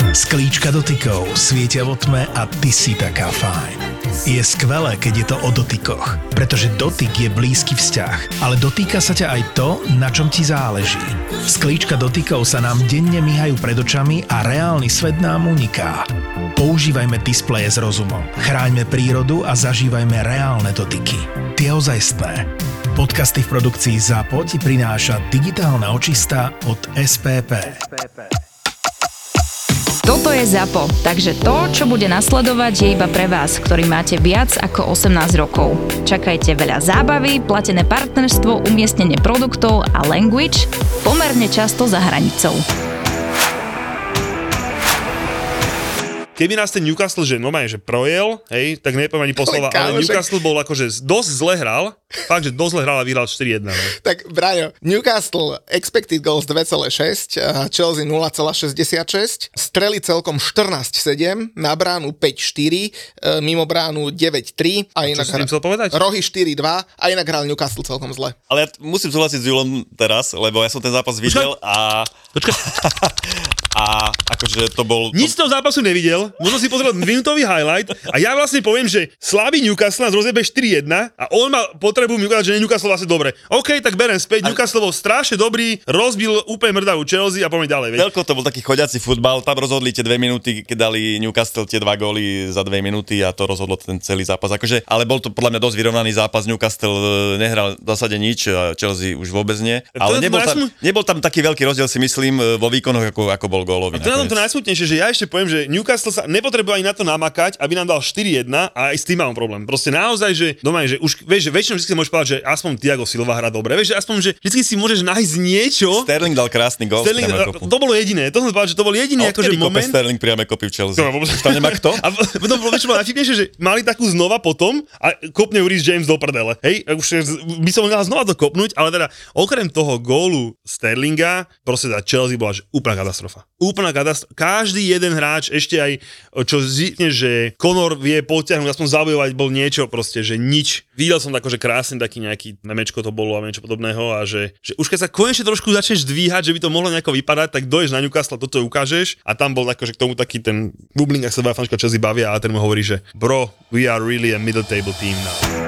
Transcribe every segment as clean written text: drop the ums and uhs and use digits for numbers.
Sklíčka dotykov svietia vo tme a ty si taká fajn. Je skvelé, keď je to o dotykoch, pretože dotyk je blízky vzťah, ale dotýka sa ťa aj to, na čom ti záleží. Sklíčka dotykov sa nám denne myhajú pred očami a reálny svet nám uniká. Používajme displeje s rozumom, chráňme prírodu a zažívajme reálne dotyky. Tie ozajstné. Podcasty v produkcii ZAPO ti prináša digitálna očista od SPP. Toto je ZAPO, takže to, čo bude nasledovať, je iba pre vás, ktorý máte viac ako 18 rokov. Čakajte veľa zábavy, platené partnerstvo, umiestnenie produktov a language pomerne často za hranicou. Keby nás ten Newcastle, že normálne, že projel, hej, tak nepoviem ani poslova, ale Newcastle bol akože dosť zle hral, fakt, že dosť zle hral a vyhral 4-1. Ne? Tak, Braňo, Newcastle expected goals 2,6, Chelsea 0,66, strely celkom 14,7, na bránu 5,4, mimo bránu 9,3 a inak čo si tým chcel povedať? Rohy 4,2 a inak hral Newcastle celkom zle. Ale ja musím súhlasiť s Julom teraz, lebo ja som ten zápas videl a akože to bol... Nic z toho zápasu nevidel, možno si pozrel minútový highlight a ja vlastne poviem, že slabý Newcastle nás rozjebe 4-1 a on má potrebu mi ukázať, že Newcastle vlastne dobre. OK, tak berem späť, Newcastle bol strašne dobrý, rozbil úplne mrdavú Chelsea a poďme ďalej. Veľko to bol taký chodiaci futbal, tam rozhodli tie 2 minúty, keď dali Newcastle tie 2 góly za 2 minúty a to rozhodlo ten celý zápas. Akože, ale bol to podľa mňa dosť vyrovnaný zápas, Newcastle nehral v zásade nič, Chelsea už vôbec nie. Ale nebol tam taký veľký rozdiel, si myslím, vo výkonoch, ako bol gólový. A to je to najsmutnejšie, že ja ešte poviem, že Newcastle sa nepotrebuje ani na to namakať, aby nám dal 4-1 a aj s tým mám problém. Proste naozaj, že doma je, že už vieš, že väčšinou vždy môžeš povedať, že aspoň Thiago Silva hrá dobre, vieš, že aspoň že vždy si môžeš nájsť niečo. Sterling dal krásny gól. To bolo jediné. To som povedal, že to bol jediný akože moment. Sterling priame kopy v Chelsea. Tam nemá kto? A potom bolo väčšinou najvtipnejšie, že mali takú znova potom a kopne Reece James do prdele. Hej, už by som mal znova to kopnúť, ale teda okrem toho gólu Sterlinga, proste tá Chelsea bola že úplná katastrofa. Úplná katastrofa. Každý jeden hráč, ešte aj čo zvykne, že Conor vie potiahnuť, aspoň zabojovať, bol niečo proste, že nič. Videl som tako, že krásne taký nejaký memečko to bolo a niečo podobného a že už keď sa konečne trošku začneš dvíhať, že by to mohlo nejako vypadať, tak dojdeš na Newcastle, toto ukážeš a tam bol tako, že k tomu taký ten bublink, ak sa dva fanúšika Chelsea bavia a ten mu hovorí, že bro, we are really a middle table team now.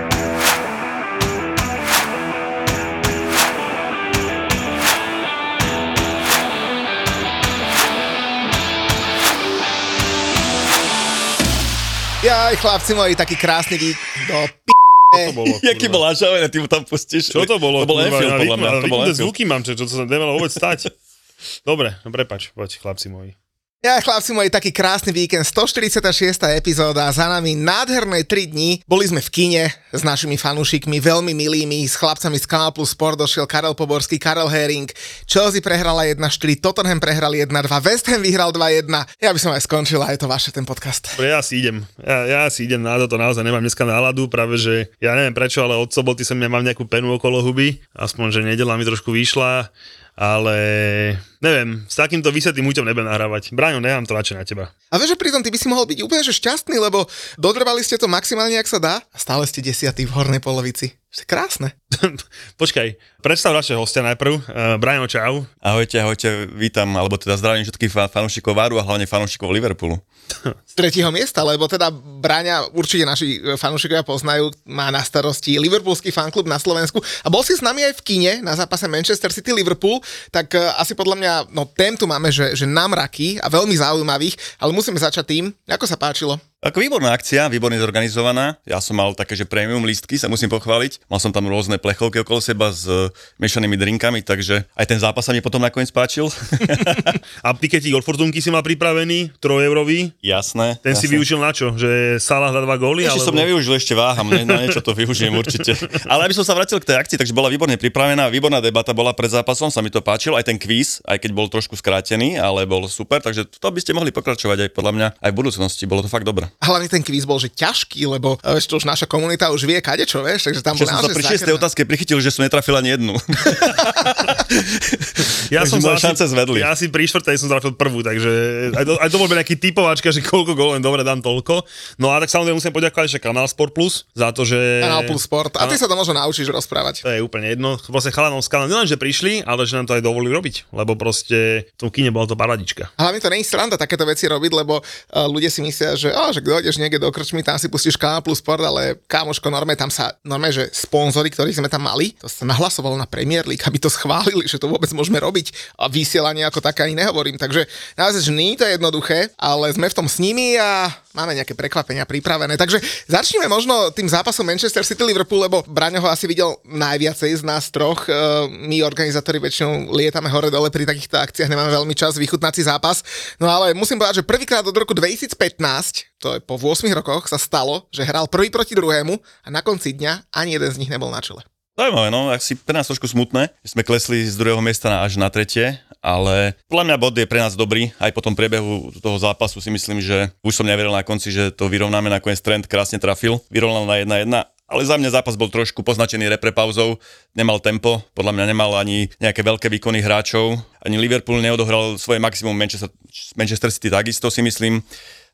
Jaj, chlapci moji, taký krásny do to bolo, jaký bol Ažaven, ty mu tam pustíš. Čo to bolo? To bol Enfield, podľa mňa. To bol Enfield. Zvuky mám, čo sa nemalo vôbec stať. Dobre, no prepáč, poď chlapci moji. Ja, chlapci moji, taký krásny víkend, 146. epizóda, za nami nádherné 3 dní. Boli sme v kine s našimi fanúšikmi, veľmi milými, s chlapcami z Kanál Plus Sport došiel Karel Poborský, Karel Hering, Chelsea prehrala 1-4, Tottenham prehral 1-2, West Ham vyhral 2-1. Ja by som aj skončil a je to vaše ten podcast. Ja si idem. Ja si idem na to, naozaj nemám dneska náladu, práve že ja neviem prečo, ale od soboty som nemám nejakú penu okolo huby, aspoň že nedeľa mi trošku vyšla. Ale neviem, s takýmto vysvetým úťom nebudem nahrávať. Braňo, nechám to radšej na teba. A vieš, že pritom ty by si mohol byť úplne že šťastný, lebo dodrbali ste to maximálne, jak sa dá a stále ste 10. v hornej polovici. To je krásne. Počkaj, predstav našeho hostia najprv. Braňo, čau. Ahojte, vítam, alebo teda zdravím všetkých fanúšikov Váru a hlavne fanúšikov Liverpoolu. Z 3. miesta, lebo teda Braňa určite naši fanúšikovia poznajú, má na starosti liverpoolský fanklub na Slovensku a bol si s nami aj v kine na zápase Manchester City Liverpool, tak asi podľa mňa, no tém tu máme, že namraky a veľmi zaujímavých, ale musíme začať tým, ako sa páčilo. Ako výborná akcia, výborne zorganizovaná. Ja som mal také, že premium lístky, sa musím pochváliť. Mal som tam rôzne plechovky okolo seba s miešanými drinkami, takže aj ten zápas sa mi potom nakoniec páčil. A tiketík od Fortunky si mal pripravený, 3-eurový? Jasné. Ten si využil na čo? Že Salah dá 2 góly? Ešte som nevyužil, ešte váham, na niečo to využijem určite. Ale aby som sa vrátil k tej akcii, takže bola výborne pripravená, výborná debata bola pred zápasom, sa mi to páčilo, aj ten kvíz, aj keď bol trošku skrátený, ale bol super, takže to by ste mohli pokračovať aj podľa mňa aj v budúcnosti, bolo to fakt dobré. Hlavne ten kvíz bol, že ťažký, lebo vieš, to už naša komunita už vie kadečo, vieš, takže tam bol Že som sa pri 6. otázke prichytil, že som netrafil ani jednu. Ja som moje šance zvedli. Ja si pri 4. som trafil prvú, takže aj to bol nejaký typovačka, že koľko gól, len dobre dám toľko. No a tak samozrejme musím poďakovať ešte Kanál Sport Plus za to, že... Kanál Plus Sport. A ty sa to možno naučíš rozprávať. To je úplne jedno. Proste chalanom z Kanál, nielen, že prišli, ale že nám to aj dovolili robiť, lebo proste v tom kine bola to paradička. Hlavne to nie je sranda takéto veci robiť, lebo ľudia si myslia, že keď ideš niekde do krčmy, tam si pustíš Kanál Plus Sport, ale kámoško, tam sa že sponzori, ktorí sme tam mali, to sa nahlasovalo na Premier League, aby to schválili, že to vôbec môžeme robiť a vysielanie ako také ani nehovorím. Takže naozaj, že nie je to jednoduché, ale sme v tom s nimi a máme nejaké prekvapenia pripravené. Takže začneme možno tým zápasom Manchester City Liverpool, lebo Braňo ho asi videl najviacej z nás troch. My organizátori väčšinou lietame hore dole pri takýchto akciách, nemáme veľmi čas vychutnať si zápas. No ale musím povedať, že prvýkrát od roku 2015, to je po 8 rokoch, sa stalo, že hral prvý proti druhému a na konci dňa ani jeden z nich nebol na čele. Zaujímavé, no, asi pre nás trošku smutné. Sme klesli z druhého miesta až na tretie, ale podľa mňa bod je pre nás dobrý. Aj po tom priebehu toho zápasu si myslím, že už som neveril na konci, že to vyrovnáme, nakoniec Trent krásne trafil. Vyrovnal na 1-1. Ale za mňa zápas bol trošku poznačený reprepauzou, nemal tempo, podľa mňa nemal ani nejaké veľké výkony hráčov, ani Liverpool neodohral svoje maximum, Manchester City takisto si myslím.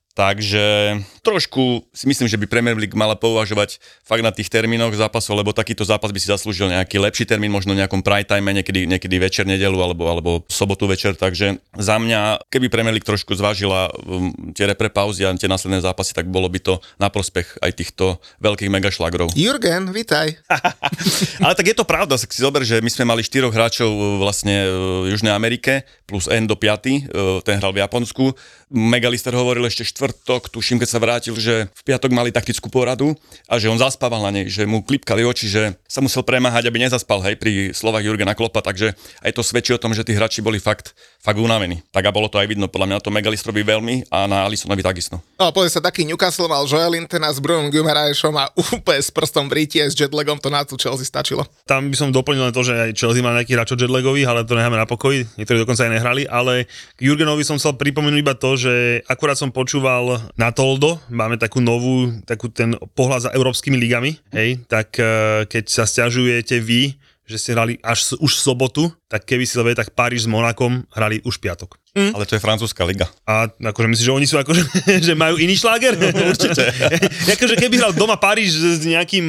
Takže trošku si myslím, že by Premier League mala pouvažovať fakt na tých termínoch zápasov, lebo takýto zápas by si zaslúžil nejaký lepší termín, možno nejakom prime time, niekedy večer, nedeľu alebo sobotu večer. Takže za mňa, keby Premier League trošku zvážila tie reprepauzy a tie následné zápasy, tak bolo by to na prospech aj týchto veľkých megašlagrov. Jurgen, vitaj. Ale tak je to pravda, si zober, že my sme mali 4 hráčov vlastne v Južnej Amerike, plus Endo 5, ten hral v Japonsku. Megalister hovoril ešte štvrtok, tuším, keď sa vrátil, že v piatok mali taktickú poradu a že on zaspával na nej, že mu klipkali oči, že sa musel premáhať, aby nezaspal, hej, pri slovách Jurgena Kloppa, takže aj to svedčí o tom, že tí hráči boli fakt unavení. Tak a bolo to aj vidno, podľa mňa na to Megalistrovi veľmi a na Alisonovi takisto. No, povie sa, taký Newcastle mal Joelintena s Brunom Guimaraešom a úplne s prstom v ríti s jetlagom to na tú Chelsea stačilo. Tam by som doplnil len to, že aj Chelsea má nejakých hráčov jetlagových, ale to necháme na pokoji, niektorí dokonca aj nehrali, ale k Jurgenovi som chcel pripomenúť iba to, že akurát som počúval na Toldo, máme takú ten pohľad za európskymi ligami, hej, tak keď sa sťažujete vy, že ste hrali až už v sobotu, tak keby si to vedeli, tak Paríž s Monakom hrali už piatok. Ale to je francúzska liga. A akože myslíš, že oni sú akože, že majú iný šláger? Určite. Akože keby hral doma Paríž s nejakým...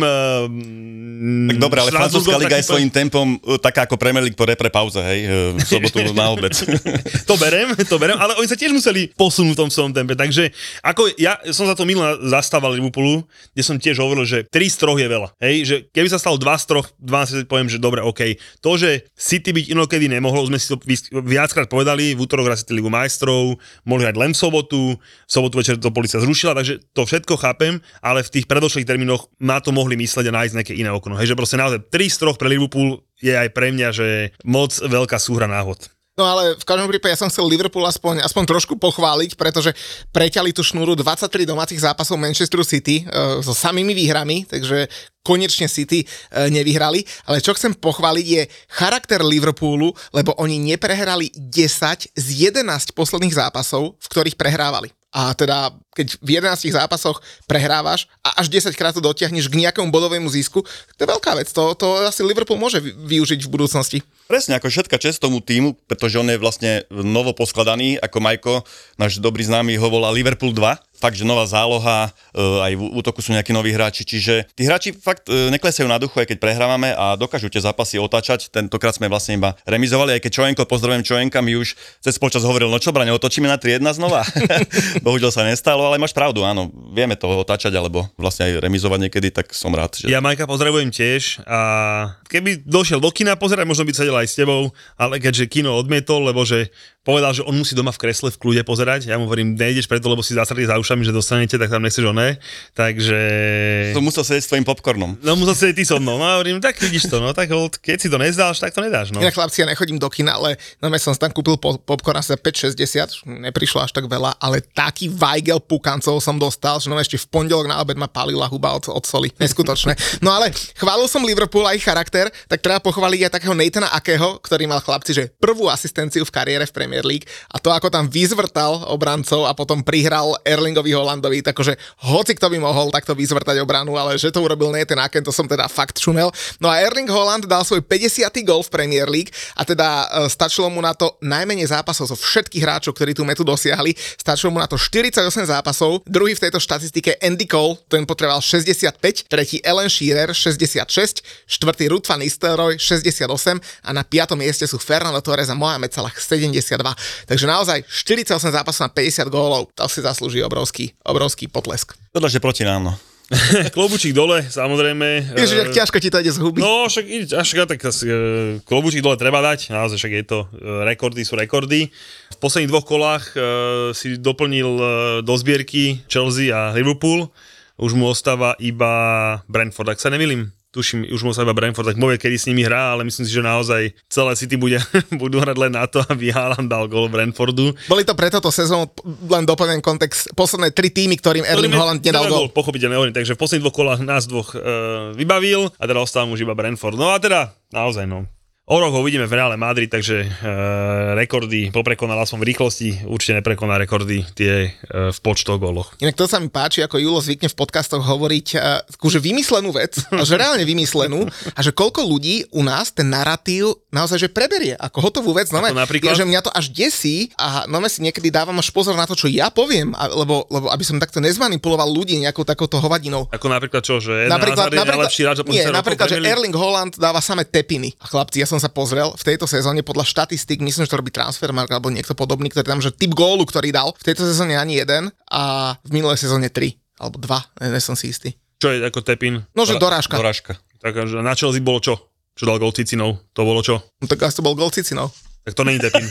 tak dobre, ale francúzska liga je svojím tempom taká ako Premier League po reprepauze, hej, v sobotu na obed. To berem, ale oni sa tiež museli posunúť v tom svojom tempe, takže ako ja som za to minulé zastával Liverpoolu, kde som tiež hovoril, že 3 z 3 je veľa, hej, že keby sa stalo 2 z 3, 12 poviem, že dobre, okej. To, že City byť inokedy nemohlo, sme si to viackrát povedali, v útorok hrali Ligu majstrov, mohli hrať len v sobotu večer to polícia zrušila, takže to všetko chápem, ale v tých predošlých termínoch na to mohli mysleť a nájsť nejaké iné okno. Hej, že proste naozaj 3 z 3 pre Liverpool je aj pre mňa, že moc veľká súhra náhod. No ale v každom prípade ja som chcel Liverpool aspoň trošku pochváliť, pretože preťali tú šnúru 23 domácich zápasov Manchesteru City so samými výhrami, takže konečne City nevyhrali. Ale čo chcem pochváliť je charakter Liverpoolu, lebo oni neprehrali 10 z 11 posledných zápasov, v ktorých prehrávali. A teda, keď v 11 zápasoch prehrávaš a až 10 krát to dotiahneš k nejakému bodovému zisku, to je veľká vec. To asi Liverpool môže využiť v budúcnosti. Presne, ako všetka česť tomu týmu, pretože on je vlastne novo poskladaný, ako Majko, náš dobrý známy, ho volá Liverpool 2. Fakt, že nová záloha, aj v útoku sú nejakí noví hráči, čiže tí hráči fakt neklesajú na duchu, aj keď prehrávame a dokážu tie zápasy otáčať. Tentokrát sme vlastne iba remizovali, aj keď Čojenko, pozdravujem Čojenka, mi už cez polčas hovoril, no čo Braňo, otočíme na 3-1 znova. Bohužiaľ sa nestalo, ale máš pravdu, áno, vieme to otáčať, alebo vlastne aj remizovať niekedy, tak som rád. Že... Ja Majka pozdravujem tiež a keby došiel do kina pozerať, možno by sedel aj s tebou, ale keďže kino odmietol, lebo že povedal, že on musí doma v kresle v kľude pozerať. Ja mu hovorím, nejdeš preto, lebo si zasradí za ušami, že dostanete, tak tam nechceš oné. Takže... Som musel sedieť s tvojim popcornom. No musel sedieť ty so mnou. No a hovorím, tak vidíš to, no tak keď si to nezdáš, tak to nedáš. No. Ja chlapci, ja nechodím do kina, ale som tam kúpil popcorn asi za 5,60, neprišlo až tak veľa, ale taký Weigel pukancov som dostal, že ešte v pondelok na obed ma palila huba od soli. Neskutočné. No ale chválil som Liverpool a ich charakter, tak treba pochváliť aj takého Nathana Akeho, ktorý mal chlapci, že prvú asistenciu v kariére v Premier Premier League a to, ako tam vyzvrtal obrancov a potom prihral Erlingovi Haalandovi, takže hoci kto by mohol takto vyzvrtať obranu, ale že to urobil nie ten Aken, to som teda fakt šumel. No a Erling Haaland dal svoj 50. gól v Premier League a teda stačilo mu na to najmenej zápasov zo všetkých hráčov, ktorí tú metu dosiahli. Stačilo mu na to 48 zápasov. Druhý v tejto štatistike Andy Cole, ten potreboval 65, tretí Alan Shearer 66, štvrtý Ruud van Nistelrooy 68 a na 5. mieste sú Fernando Torres a Mohamed Salah 72. Takže naozaj 48 zápasov na 50 gólov. To si zaslúži obrovský potlesk. Tohle, že proti nám, no. Klobučík dole, samozrejme. Ježiš, jak ťažko ti to ide z huby. No, však tak klobučík dole treba dať, naozaj však je to, rekordy sú rekordy. V posledných 2 kolách si doplnil do zbierky Chelsea a Liverpool, už mu ostáva iba Brentford, ak sa nemýlim. Tuším, už mu ostáva iba Brentford, tak môže kedy s nimi hrá, ale myslím si, že naozaj celé City budú hrať len na to, aby Haaland dal gól Brentfordu. Boli to pre toto sezónu, len doplňujem kontext, posledné 3 týmy, ktorým Erling Haaland nedal gól. Pochopiteľne hovorím, takže v posledných 2 kolách nás dvoch vybavil a teda ostáva už iba Brentford. No a teda, naozaj no. O rok ho vidíme v Reále Madrid, takže rekordy poprekonal aspoň v rýchlosti, určite neprekoná rekordy tie v počtoch góloch. Inak to sa mi páči, ako Julo zvykne v podcastoch hovoriť že vymyslenú vec, a že reálne vymyslenú, a že koľko ľudí u nás ten narratív naozaj že preberie ako hotovú vec. No napríklad? Že mňa to až desí a si niekedy dávam až pozor na to, čo ja poviem, lebo aby som takto nezmanipuloval ľudí nejakou takouto hovadinou. Ako napríklad čo, že napríklad najlepší hráč napríklad, že Erling Haaland dáva samé tepiny. A chlapci, ja som sa pozrel v tejto sezóne podľa štatistík, myslím, že to robí Transfermarkt alebo niekto podobný, ktorý tam, že typ gólu, ktorý dal, v tejto sezóne ani jeden a v minulej sezóne 3 alebo 2, nie som si istý. Čo je ako tepin? No, že dorážka. Takže na Chelsea bolo čo? Čo dal gól Cicinov? To bolo čo? No tak asi to bol gól Cicinov. Tak to není tepin.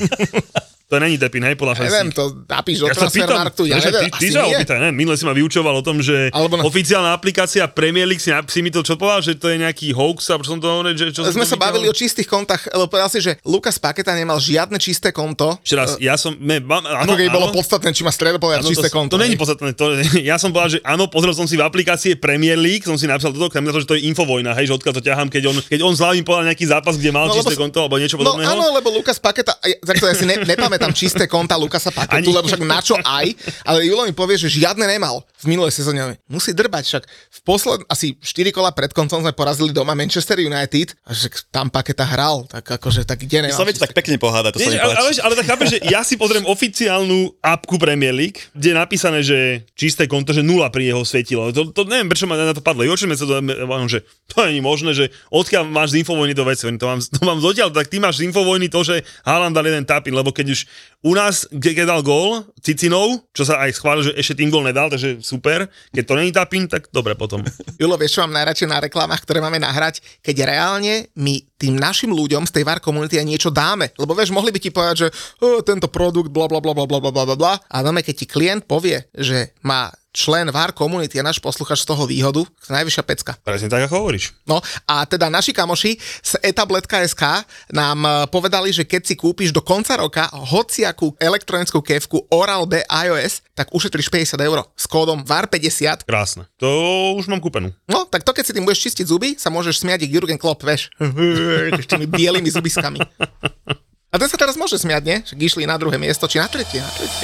To není depin, hej, podľa štatistík. Neviem, to napíš do Transfermarktu, ja neviem, ty sa opýtaj, ne? Minule si ma vyučoval o tom, že oficiálna aplikácia Premier League si mi to čo povedal, že to je nejaký hoax, a čo som to hovoril, že čo sme sa bavili o čistých kontách, lebo povedal si, že Lucas Paqueta nemal žiadne čisté konto. Ešte raz, ja som, ako keby bolo podstatné, či má Stredopolia čisté konto. To není podstatné, ja som povedal, že áno, pozrel som si v aplikácii Premier League, som si napísal toto, že to je infovojna, hej, že odkiaľ to ťahám, keď on zľavím povedal nejaký zápas, kde mal čisté konto alebo niečo podobného. No áno, lebo Lucas Paqueta, takto ja si nepamätám čisté konta Lucasa Paquetu, lebo však na čo aj, ale Julo mi povie, že žiadne nemal v minulej sezóne. Musí drbať, však v asi 4 kola pred koncom sme porazili doma Manchester United a že tam Paqueta hral, tak akože tak kde nemal. Sa viete tak pekne pohádať, to sa mi páči. Ale tak chápeš, že ja si pozriem oficiálnu appku Premier League, kde je napísané, že čisté konto, že 0 pri jeho svietilo. To neviem, prečo ma na to padlo. Jočíme sa to, že to nie je možné, že odkiaľ máš z Infovojny to vec, to mám zotiaľ, tak ty máš z Infovojny to, že Haaland dal jeden tapin, lebo keď už u nás, keď dal gól Cicinov, čo sa aj schválil, že ešte tým gól nedal, takže super. Keď to není tapin, tak dobre potom. Julo, vieš, čo mám najradšej na reklamách, ktoré máme nahrať, keď reálne my tým našim ľuďom z tej VAR komunity aj niečo dáme. Lebo vieš, mohli by ti povedať, že tento produkt bla bla bla bla bla bla bla. A dáme, keď ti klient povie, že má člen VAR komunity a náš posluchač z toho výhodu, to je najvyššia pecka. Presne tak, ako hovoríš. No a teda naši kamoši z etablet.sk nám povedali, že keď si kúpiš do konca roka hociakú elektronickú kefku Oral-B iOS, tak ušetríš 50 € s kódom VAR50. Krásne. To už mám kúpenú. No, tak to keď si tým budeš čistiť zuby, sa môžeš smiať jak Jurgen Klopp, vieš. S tými bielými zubiskami. A ten sa teraz môže smiať, nie? Že išli na druhé miesto, či na tretie.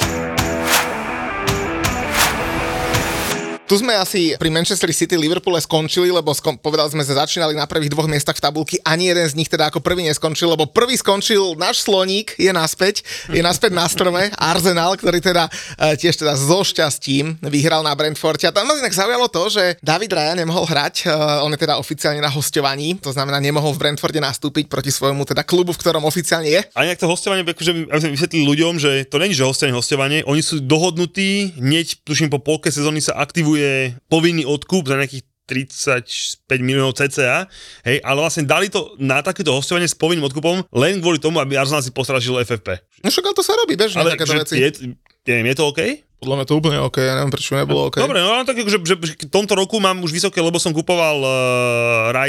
Tu sme asi pri Manchester City Liverpoole skončili, lebo povedali sme, že začínali na prvých 2 miestach v tabulky, ani jeden z nich teda ako prvý neskončil, lebo prvý skončil náš sloník, je naspäť na strome, Arsenal, ktorý teda tiež teda so šťastím vyhral na Brentforde. A tam nás inak zaujalo to, že David Raya nemohol hrať, on je teda oficiálne na hosťovaní, to znamená nemohol v Brentforde nastúpiť proti svojmu teda klubu, v ktorom oficiálne je. A inak to hosťovanie, akože aby sme vysvetlili ľuďom, že to není, že hosťovanie, oni sú dohodnutí, hneď tuším po polke sezóny sa aktivujú je povinný odkúp za nejakých 35 miliónov cca, hej, ale vlastne dali to na takéto hostovanie s povinným odkupom len kvôli tomu, aby Arsenal si postrážil FFP. No však to sa robí bežne takéto veci. Je to OK? Podľa mňa to úplne OK, ja neviem, prečo nebolo OK. Dobre, no tak že v tomto roku mám už vysoké, lebo som kupoval Rajsa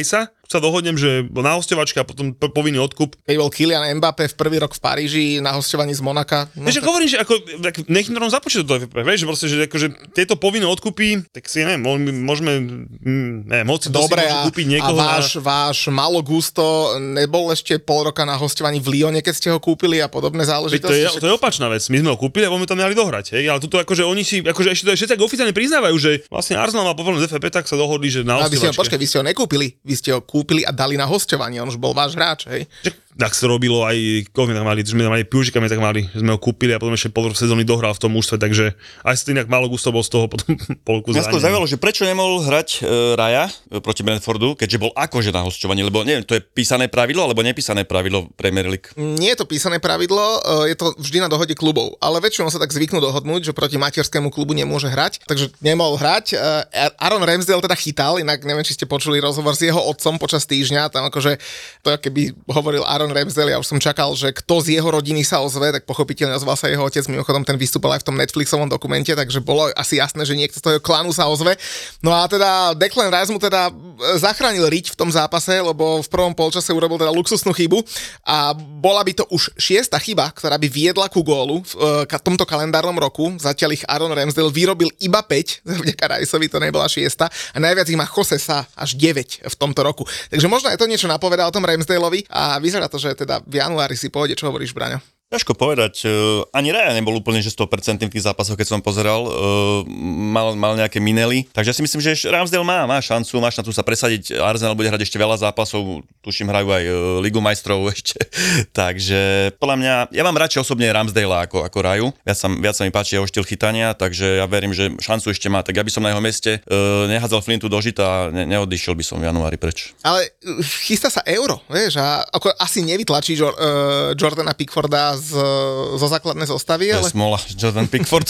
sa dohodnem, že na hosťovačke a potom povinný odkup. Keď bol Kylian Mbappé v prvý rok v Paríži na hosťovaní z Monaka. No, Vieš, hovorím, že ako, nech im to započítať do FFP, vieš, že proste, že akože tieto povinné odkupy, tak si neviem, môžeme, hoci to dobre, si môže kúpiť niekoho. A váš Malo Gusto nebol ešte pol roka na hosťovaní v Lyone, keď ste ho kúpili a podobné záležitosti? To je opačná vec, my sme ho kúpili a my tam mali dohrať, hej, ale tuto akože oni si, akože ešte to je všetci oficiálne priznávajú, že vlastne Arsenal má povolený z FFP, tak sa dohodli, že na hosťovačke. Vy ste ho nekúpili, vy ste ho kúpili a dali na hosťovanie, on už bol váš hráč, hej. Tak sa robilo aj, koho sme tam mali, že sme tam mali Pjužika, tak mali, že sme ho kúpili a potom ešte pol sezóny dohral v tom mužstve, takže aj si inak Malo Gusto bol z toho potom polku zranený. Mňa to zaujalo, že prečo nemohol hrať Raja proti Brentfordu, keďže bol akože na hosťovaní, lebo neviem, to je písané pravidlo alebo nepísané pravidlo Premier League? Nie je to písané pravidlo, je to vždy na dohode klubov, ale väčšinou sa tak zvyknú dohodnúť, že proti materskému klubu nemôže hrať, takže nemohol hrať. Aaron Ramsdale teda chytal, inak neviem, či ste počuli rozhovor s jeho otcom počas týždňa, tam akože to keby hovoril Aaron Ramsdale, ja už som čakal, že kto z jeho rodiny sa ozve, tak pochopiteľne ozval sa jeho otec, mimochodom ten vystúpal aj v tom Netflixovom dokumente, takže bolo asi jasné, že niekto z toho klanu sa ozve. No a teda Declan Rice mu teda zachránil riť v tom zápase, lebo v prvom polčase urobil teda luxusnú chybu a bola by to už 6. chyba, ktorá by viedla ku gólu v tomto kalendárnom roku. Zatiaľ ich Aaron Ramsdale vyrobil iba 5, vďaka Riceovi to nebola 6. a najviac ich má Jose Sa až 9 v tomto roku. Takže možno je to niečo napovedá o tom Ramsdaleovi a vyzerá to, že teda v januári si pôjde. Čo hovoríš, Braňo? Ťažko povedať, ani Raja nebol úplne že 100% v tých zápasoch, keď som pozeral, mal nejaké minely, takže si myslím, že Ramsdale má šancu, má šancu sa presadiť, Arsenal bude hrať ešte veľa zápasov, tuším hrajú aj Ligu majstrov ešte, takže podľa mňa, ja mám radšej osobne Ramsdale ako Raju, viac sa mi páči jeho štýl chytania, takže ja verím, že šancu ešte má, tak ja by som na jeho meste nehádzal flintu do žita a neodišiel by som v januári preč. Ale chystá sa Euro, vieš, a ako asi nevytlačí Jordana Pickforda zo základnej zostavy, ale... Smola, Jordan Pickford.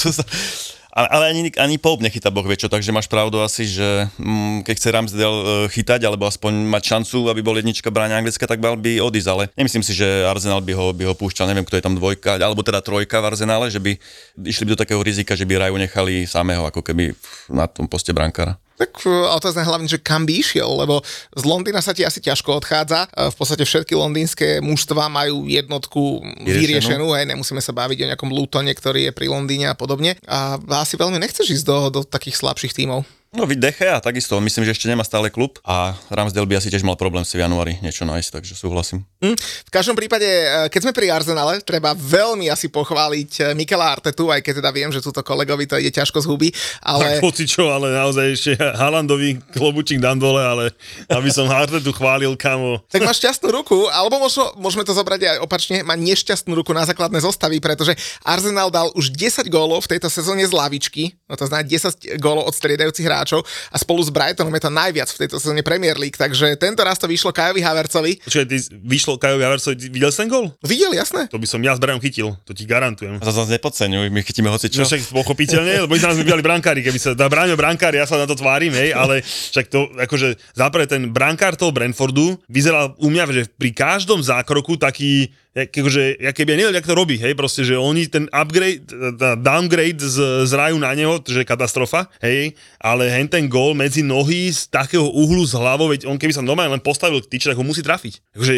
Ale ani Pope nechytá boh vie čo, takže máš pravdu asi, že keď chce Ramsdale chytať, alebo aspoň mať šancu, aby bol jednička bráňa anglická, tak mal by odísť, ale nemyslím si, že Arsenal by ho púšťal, neviem, kto je tam dvojka, alebo teda trojka v Arsenále, že by išli do takého rizika, že by Raju nechali samého, ako keby na tom poste brankára. Tak otázne hlavne, že kam by išiel, lebo z Londýna sa ti asi ťažko odchádza. V podstate všetky londýnske mužstva majú jednotku vyriešenú, hej, nemusíme sa baviť o nejakom Lutone, ktorý je pri Londýne a podobne. A asi veľmi nechceš ísť do takých slabších tímov. No De Gea takisto, myslím, že ešte nemá stále klub a Ramsdale by asi tiež mal problém si v januári niečo nájsť, takže súhlasím. V každom prípade, keď sme pri Arsenále, treba veľmi asi pochváliť Mikela Artetu, aj keď teda viem, že túto kolegovi to ide ťažko z huby, ale... Tak pocičo, ale naozaj ešte Haalandovi klobučík dám dole, ale aby som Artetu chválil, kamo. Tak má šťastnú ruku, alebo môžeme to zobrať aj opačne, má nešťastnú ruku na základné zostavy, pretože Arsenal dal už 10 gólov v tejto sezóne z lavičky, no to znamená 10 gólov od striedajúcich hráčov a spolu s Brightonom je to najviac v tejto sezóne Premier League, takže tento raz to vyšlo Kajovi Havertzovi. Čiže vyšlo Kajovi Havertzovi, videl si ten gól? Videl, jasné. To by som ja s Brianom chytil, to ti garantujem. A zase nepodceňuj, my chytíme hocičo. No však pochopiteľne, lebo my sme byli brankári, keby sa Braňo brankár, ja sa na to tvárim, hej, ale však to akože záprve ten brankár toho Brentfordu vyzeral u mňa, že pri každom zákroku taký akože, ja keby ja nevedel, jak to robí, hej, proste, že oni ten downgrade z Raju na neho, že je katastrofa, hej, ale ten gól medzi nohy z takého uhlu z hlavou, veď on keby sa normálne len postavil k tyči, tak ho musí trafiť. Akože,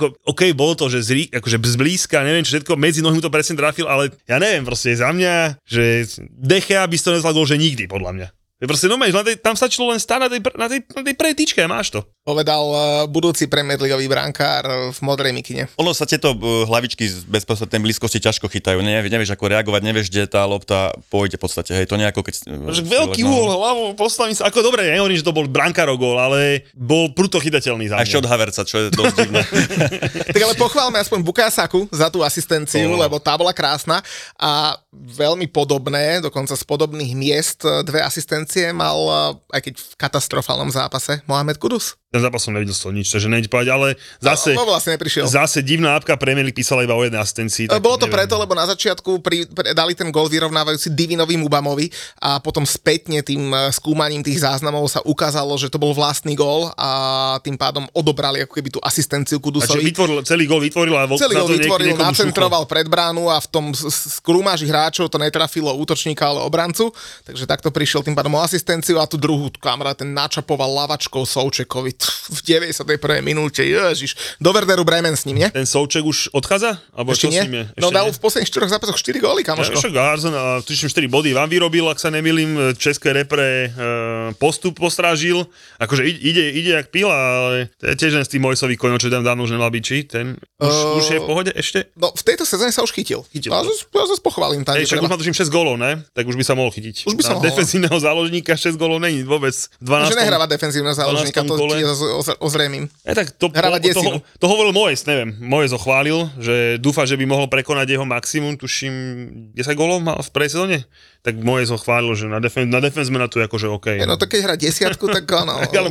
bolo to, že akože zblízka, neviem, čo všetko, medzi nohy mu to presne trafil, ale ja neviem, proste za mňa, že De Gea by si to nezval gól, že nikdy, podľa mňa. Proste tam stačilo len stáť na tej prvej tyčke a máš to. Povedal budúci Premier Leagueový brankár v modrej mikine. Ono sa tieto hlavičky z bezprostrednej blízkosti ťažko chytajú. Nevieš ako reagovať, nevieš, kde tá lopta pôjde v podstate. Hej, to nejako keď... Veľký uhol hlavou, postavím sa. Ako dobre, nehovorím, že to bol brankárov gól, ale bol prúto chytateľný za mňa. A ešte od Havertza, čo je dosť divné. Tak ale pochválme aspoň Bukayo Saku za tú asistenciu, lebo tá bola krásna a veľmi podobné, dokonca z podobných miest dve asistencie mal, aj keď v katastrofálnom zápase, Mohamed Kudus. Ten zápas som nevidel z toho nič, takže neď povedať, ale zase... No, vlastne neprišiel. Zase divná apka Premier League písala iba o jednej asistencii. Bolo to preto, lebo na začiatku dali ten gól vyrovnávajúci Divinovi Mubamovi a potom spätne tým skúmaním tých záznamov sa ukázalo, že to bol vlastný gól a tým pádom odobrali ako keby tú asistenciu Kudusovi. Celý gól vytvoril a nacentroval pred bránu a v tom skrumáži hráčov hráčov, to netrafilo útočníka, ale obrancu, takže takto prišiel tým pádom o asistenciu a tú druhú kamera ten načapoval lavačkou Součekovi v 91. minúte, ježiš, do Werderu Bremen s ním, nie? Ten Souček už odchádza? Alebo Ešte čo nie? s ním je? No Ešte dal nie? v posledných 4 zápasoch 4 góly, kamoško. Však Arzen a tuším 4 body vám vyrobil, ak sa nemýlim, české repre postup postrážil, akože ide jak pila, ale to je tiež len z tých Mojsových koňov, čo tam dávno už nemal byť, či? Ten už je v pohode ešte? No v tejto sezóne sa už chytil. Ja zase pochválim tam. Však už má tuším 6 gólov, ne? Tak už by sa mohol chytiť. Už by sa mohol. Defenzívneho záložníka 6 gólov není vôbec. V 12. Že nehráva defenzívneho záložníka, to je ozrejmým. Tak Hráva desinu. to hovoril Moyes, neviem. Moyes ho chválil, že dúfa, že by mohol prekonať jeho maximum, tuším 10 gólov mal v predsezóne. Tak Moyes ho chválil, že na defenzmana to je akože OK. No to keď hrá desiatku, tak áno, ale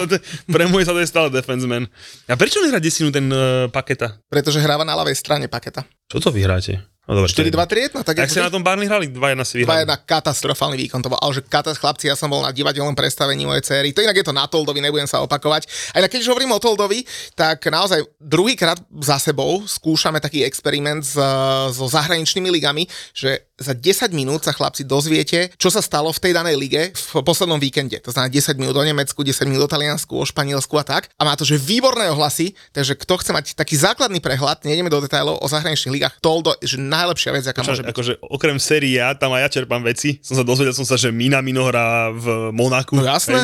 pre Moyesa to je stále defenseman. A prečo nehrá desinu ten Paketa? Pretože hráva na ľavej strane Paketa. Čo to vyhráte? No, 4-2-3-1, no tak jak sa na tom Burnley hrali? 2-1 si vyhrali. 2-1 katastrofálny výkon to bol, ale že chlapci, ja som bol na divadelnom predstavení mojej céry, to inak je to na Toldovi, nebudem sa opakovať. A inak keď už hovorím o Toldovi, tak naozaj druhýkrát za sebou skúšame taký experiment so zahraničnými ligami, že za 10 minút sa chlapci dozviete, čo sa stalo v tej danej lige v poslednom víkende. To znamená 10 minút o Nemecku, 10 minút o Taliansku, o Španielsku a tak. A má to, že výborné ohlasy, takže kto chce mať taký základný prehľad, nejdeme do detailov o zahraničných ligách, Toldo, že najlepšia vec, aká môže byť. Akože okrem série ja, tam aj ja čerpám veci. Dozvedel som sa, že Minamino hrá v Monaku. No jasné.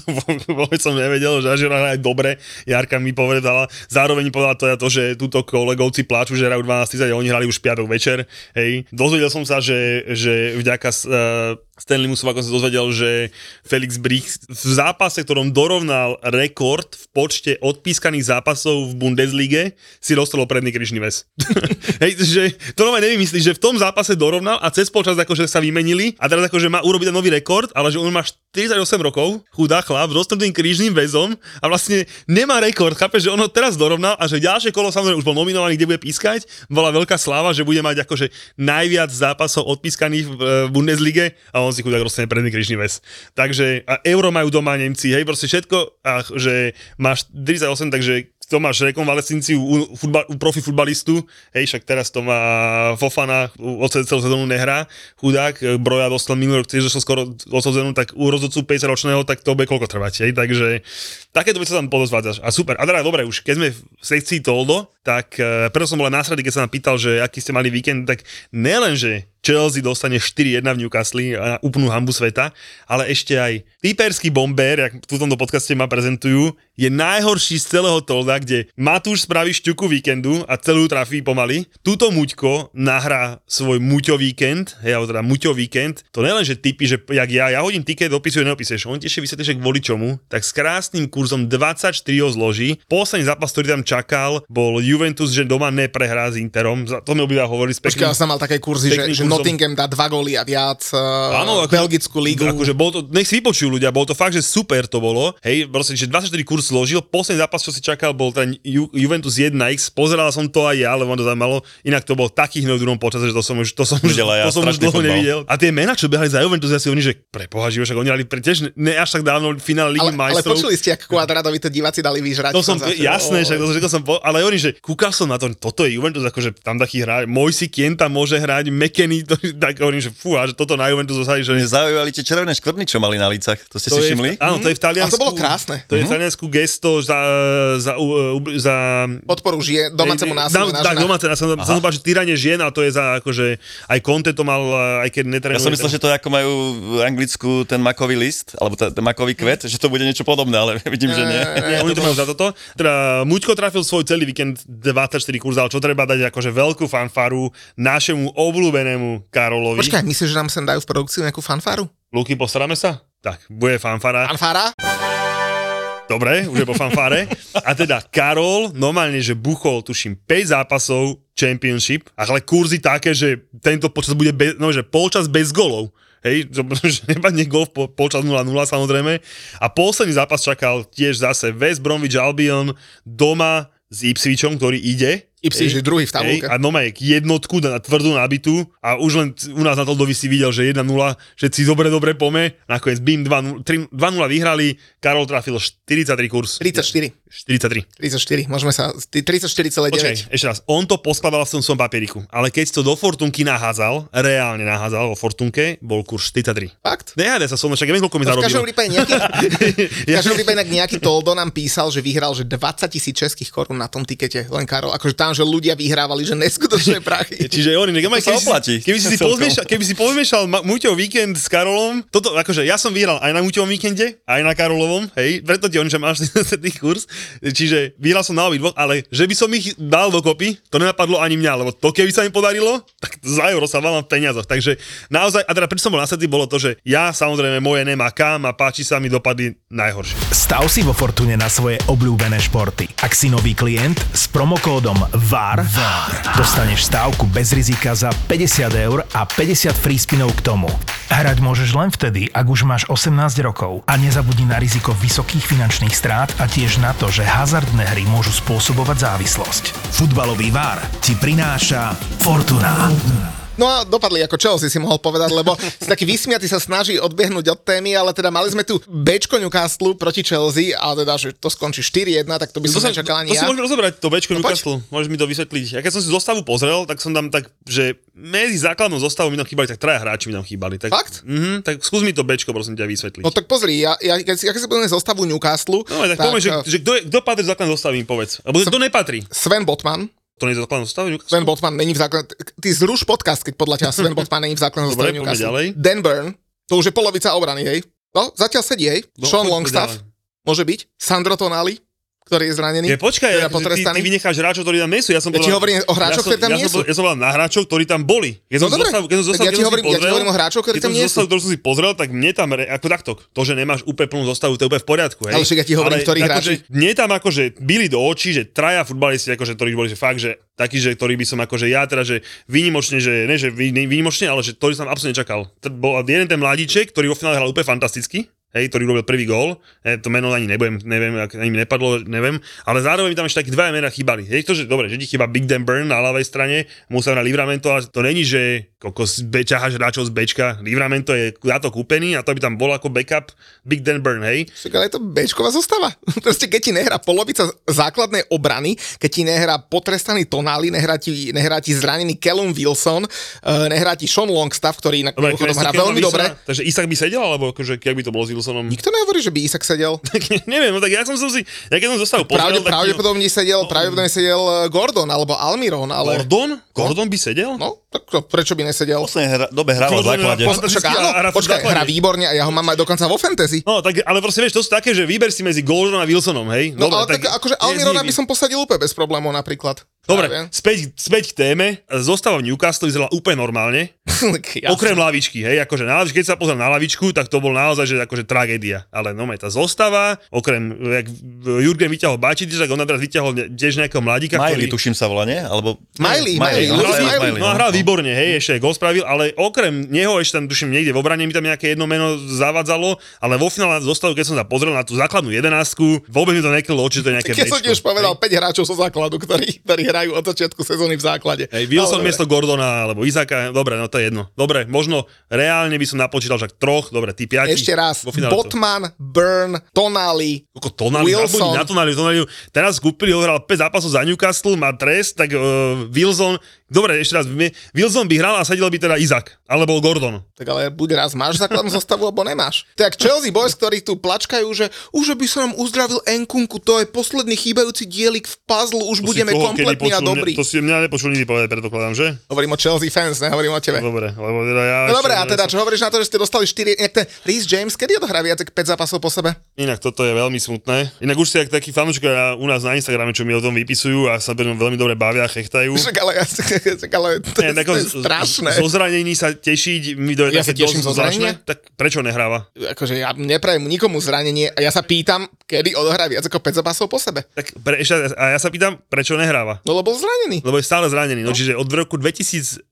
Vôbec som nevedel, že hra aj dobre. Jarka mi povedala. Zároveň mi povedala to, že túto kolegovci pláču, že hrajú 12:30 a oni hrali už piatok večer. Hej. Dozvedel som sa, že vďaka Stanleymu som ako sa dozvedel, že Felix Brych v zápase, ktorom dorovnal rekord v počte odpískaných zápasov v Bundeslige, si dostal predný križný väz. Hej, že to normálne nevymyslíš, že v tom zápase dorovnal a cez polčas akože sa vymenili a teraz akože má urobiť nový rekord, ale že on má 48 rokov, chudá chlap, s dostnutým krížnym väzom a vlastne nemá rekord, chápeš, že on ho teraz dorovnal a že ďalšie kolo samozrejme už bol nominovaný, kde bude pískať, bola veľká sláva, že bude mať akože najviac zápasov odpískaných v Bundeslige a on si chudák dostane predný krížny väz. Takže a euro majú doma Nemci, hej, proste všetko, a že máš 38, takže to máš rekonvalescenciu u profi futbalistu, hej, však teraz to má Fofana, celú sezónu nehrá, chudák, Broja dostal minulý rok, tiež došlo skoro odsúdenú, tak u rozhodcu 50-ročného, tak to bude koľko trvať, hej, takže takéto veci sa tam podozvádzaš. A super, a teda dobre, už keď sme v sekcii Toldo, tak preto som bol aj následný, keď sa nám pýtal, že aký ste mali víkend, tak nielen, že Chelsea dostane 4-1 v Newcastle a úplnú hanbu sveta, ale ešte aj typerský bomber, jak v tomto podcaste ma prezentujú, je najhorší z celého Tolda, kde Matúš spraví šťuku víkendu a celú trafí pomaly. Túto Muťko nahrá svoj Muťo víkend, alebo teda Muťo víkend. To nelen, že typy, že jak ja hodím tiket, dopisuje, neopisuješ. On tiež vysvetlí, že kvôli čomu, tak s krásnym kurzom 24 ho zloží. Posledný zápas, ktorý tam čakal, bol Juventus, že doma neprehrá s Interom. To mi obýva hovorí s pekným. Počkaj, ja som mal také kurzy, že Nottingham dá 2 góly a viac, áno, belgickú ligu. Akože bolo to, nech si vypočujú ľudia, bolo to fakt, že super to bolo. Hej, proste, že 24 kurz zložil, posledný zápas, čo si čakal, bol ten Juventus 1x, pozeral som to aj ja, lebo ma to zaujímalo, inak to bol taký hnoj v druhom počase, že to som už dlho nevidel. A tie mená, čo behali za Juventus, ja si oni, že preboha živo, však oni hrali tiež ne až tak dávno v finále Ligy majstrov. Ale počuli ste, ako Kvadradovi to diváci dali vyžrať. To som, jasné, však to som, ale oni, že kúkal som na to, toto je Juventus, akože tam taký hrá, Moisi Kienta môže hrať, McKennie, tak hovorím, že fúha, že toto na Juventus zostali, že... Mne zaujali tie červené škvrny, čo mali na lícach, to ste si všimli? Áno, to je v Taliansku. A to bolo krásne. To je v Taliansku gesto za podporu žien, domácemu násiliu na ženách. Tak, domáce násilie, som že týranie žien, a to je za, akože, aj Conte to mal, aj keď netrenuje. Ja som myslel, že to je ako majú v Anglicku ten makový list, alebo ten makový kvet, že to bude niečo podobné, ale vidím, že nie. Oni to majú za toto. Teda Muťko trafil svoj celý víkend 24 kurz, ale čo treba dať akože veľkú fanfaru našemu obľúbenému Karolovi. Počkaj, myslíš, že nám sem dajú v produkciu nejakú fanfáru? Luky, postaráme sa? Tak, bude fanfara. Fanfára? Dobre, už je po fanfáre. A teda Karol normálne, že buchol, tuším, 5 zápasov Championship, ale kurzy také, že tento počas bude že polčas bez golov. Hej, že nepadne gól v polčas 0-0 samozrejme. A posledný zápas čakal tiež zase West Bromwich Albion doma s Ipswichom, ktorý ide. Ipswich je druhý v tabulke. A nomaj jednotku na tvrdú nabitú a už len u nás na Toldovi si videl, že 1-0, všetci dobre pome, nakoniec BIM 2-0 vyhrali, Karol trafil 43 kurz. 34. 43. 34, môžeme sa... 34,9. Počkaj, ešte raz. On to poskladal v tom svojom papieriku, ale keď si to do Fortunky naházal, reálne naházal vo Fortunke, bol kurz 43. Fakt? Nehádaj sa so mnou, však ja viem, koľko mi V každom zarobil. prípade nejaký Toldo nám písal, že vyhral že 20 000 českých korún na tom tikete, len Karol. Akože tam, že ľudia vyhrávali, že neskutočné prachy. Čiže oni, sa oplatí. keby si povzmiešal Muťov víkend s Karolom, toto, akože ja som vyhral aj na Muťovom víkende, aj na Karolovom, hej, preto ti oni, že máš ten kurz, čiže vyhral som na obidvoch, ale že by som ich dal dokopy, to nenapadlo ani mňa, lebo to keby sa mi podarilo, tak za euro sa valám v peniazoch, takže naozaj, a teda prečo som bol nasledný, bolo to, že ja samozrejme moje nemá kam a páči sa mi dopady najhoršie. Stav si vo Fortune na svoje obľúbené športy. Ak si nový klient, s promokódom VAR dostaneš stávku bez rizika za 50 eur a 50 free spinov k tomu. Hrať môžeš len vtedy, ak už máš 18 rokov a nezabudni na riziko vysokých finančných strát a tiež na to, že hazardné hry môžu spôsobovať závislosť. Futbalový VAR ti prináša Fortuna. No a dopadli ako Chelsea, si mohol povedať, lebo si taký vysmiatý sa snaží odbehnúť od témy, ale teda mali sme tu Bčko Newcastle proti Chelsea, ale teda, že to skončí 4-1, tak to by som nečakal ani ja. To si môžeme rozobrať, to Bčko No Newcastle, môžeš mi to vysvetliť. Ja keď som si zostavu pozrel, tak som tam tak, že medzi základnou zostavou mi tam chýbali, tak 3 hráči mi tam chýbali. Tak, Fakt? Tak skús mi to Bčko, prosím ťa, vysvetliť. No tak pozri, keď si pozrieme zostavu Newcastle, No, tak poďme, že kto patrí v základnej zostave, mi povedz. Alebo kto nepatrí? Sven Botman. To nie je základná zostava Newcastle? Sven Botman není v základnej... Ty zruš podcast, keď podľa ťa Sven Botman není v základnej zostave Dobre, poďme Newcastle. ďalej. Dan Burn, to už je polovica obrany, hej? No, zatiaľ sedí, hej? No, Sean poďme Longstaff, ďalej. môže byť. Sandro Tonali, ktorý je zranený. Počkaj, teda ty vynecháš hráčov, ktorí tam nie sú. Ja ti hovorím o hráčoch, ktorí tam nie sú. Ja som povedal na hráčov, ktorí tam boli. Ja som ja ti hovorím o hráčoch, ktorí tam nie sú. Ktorú som si pozrel, tak mne tam, ako takto, to, že nemáš úplne plnú zostavu, to je úplne v poriadku. Hej. Ale však ja ti hovorím, ktorí hráči. Mne tam akože bili do očí, že traja futbalisti, akože, ktorí boli že fakt, že takí, že ktorí by som akože ja teda, že výnimočne, že ne, že výnimočne, ale že ktorý som absolútne nečakal. Bol jeden ten mladíček, ktorý vo finále hral úplne fantasticky. Hej, ktorý robil prvý gól, to meno ani neviem, ani mi nepadlo, neviem, ale zároveň mi tam ešte také dva mená chýbali. Hej, to, že dobre, že ti chýba Big Dan Burn na ľavej strane, musel na Livramento, ale to není, že ťaháš hráčov z Bčka, Livramento je na to kúpený a to by tam bol ako backup Big Dan Burn, hej. Však ale je to Bčková zostava. Proste keď ti nehrá polovica základnej obrany, keď ti nehrá potrestaný Tonali, nehrá ti zranený Callum Wilson, nehrá ti Sean Longstaff, ktorý inak hrá veľmi dobre. Takže Isak by sedel, alebo akože keď by to bolo Wilsonom. Nikto nehovorí, že by Isak sedel. Neviem, no tak ja keď som zostal pozrel, pravdepodobne sedel Gordon alebo Almiron, ale... Gordon by sedel? No, tak prečo by nesedel? V poslednej dobe hral v základe. Počkaj, hrá výborne a ja ho mám aj dokonca vo fantasy. No, tak, ale proste vieš, to sú také, že vyber si medzi Gordonom a Wilsonom, hej? No, dobre, ale tak akože Almirona by som posadil úplne bez problémov napríklad. Dobre, späť k téme. Zostava v Newcastle vyzerala úplne normálne. Okrem lavičky, hej, akože na lavičke, keď sa pozrel na lavičku, tak to bol naozaj, že akože tragédia. Ale no, tá zostava, okrem, jak Jurgen vyťahol Bajčitič, tak on teraz vyťahol tiež nejakého mladíka, Miley, tuším sa volá, nie? Alebo... Miley. No a hral výborne, hej, ešte gól spravil, ale okrem neho ešte tam, tuším, niekde v obrane mi tam nejaké jedno meno zavadzalo, ale vo finále zostavu, keď som sa pozrel na tú základnú 11, vôbec mi to nekrylo oči, to je nejaké Bčko. Keď som tiež povedal 5 hráčov zo základu, ktorí hrajú od začiatku sezóny v základe. Hej, Wilson miesto Gordona alebo Isaka, dobre, no to je jedno. Dobre, možno reálne by som napočítal však 3, dobre, tí 5. Ešte raz, Botman, Burn, Tonali, Wilson. Na Tonali. Teraz kúpili, hral 5 zápasov za Newcastle, má trest, tak Wilson, dobre, ešte raz, Wilson by hral a sedel by teda Isak, alebo Gordon. Tak ale buď raz máš základnú zostavu, alebo nemáš. Tak Chelsea boys, ktorí tu plačkajú, že už by sa nám uzdravil Nkunku, to je posledný chýbajúci dielik v puzzle, už budeme kompletní a dobrí. To si mňa nepočul nikdy povedať, predpokladám, že? Hovorím o Chelsea fans, nehovorím o tebe. Dobre, lebo teda ja... No dobre, a teda čo hovoríš na to, že ste dostali 4, inak ten Reece James, kedy odohrá viac ako 5 zápasov po sebe? Inak toto je veľmi smutné. Inak už si takí fanúšikovia u nás na Instagrame, čo mi o tom vypisujú a sa veľmi dobre bavia, chechtajú. Však ale to je strašné. Zo zranení sa tešiť mi dojde ja také dosť zvláštne. Tak prečo nehráva? Akože ja neprajem nikomu zranenie a ja sa pýtam, kedy odohrá viac ako 5 zápasov po sebe. Tak a ja sa pýtam, prečo nehráva? No lebo zranený. Lebo je stále zranený. No čiže od roku 2021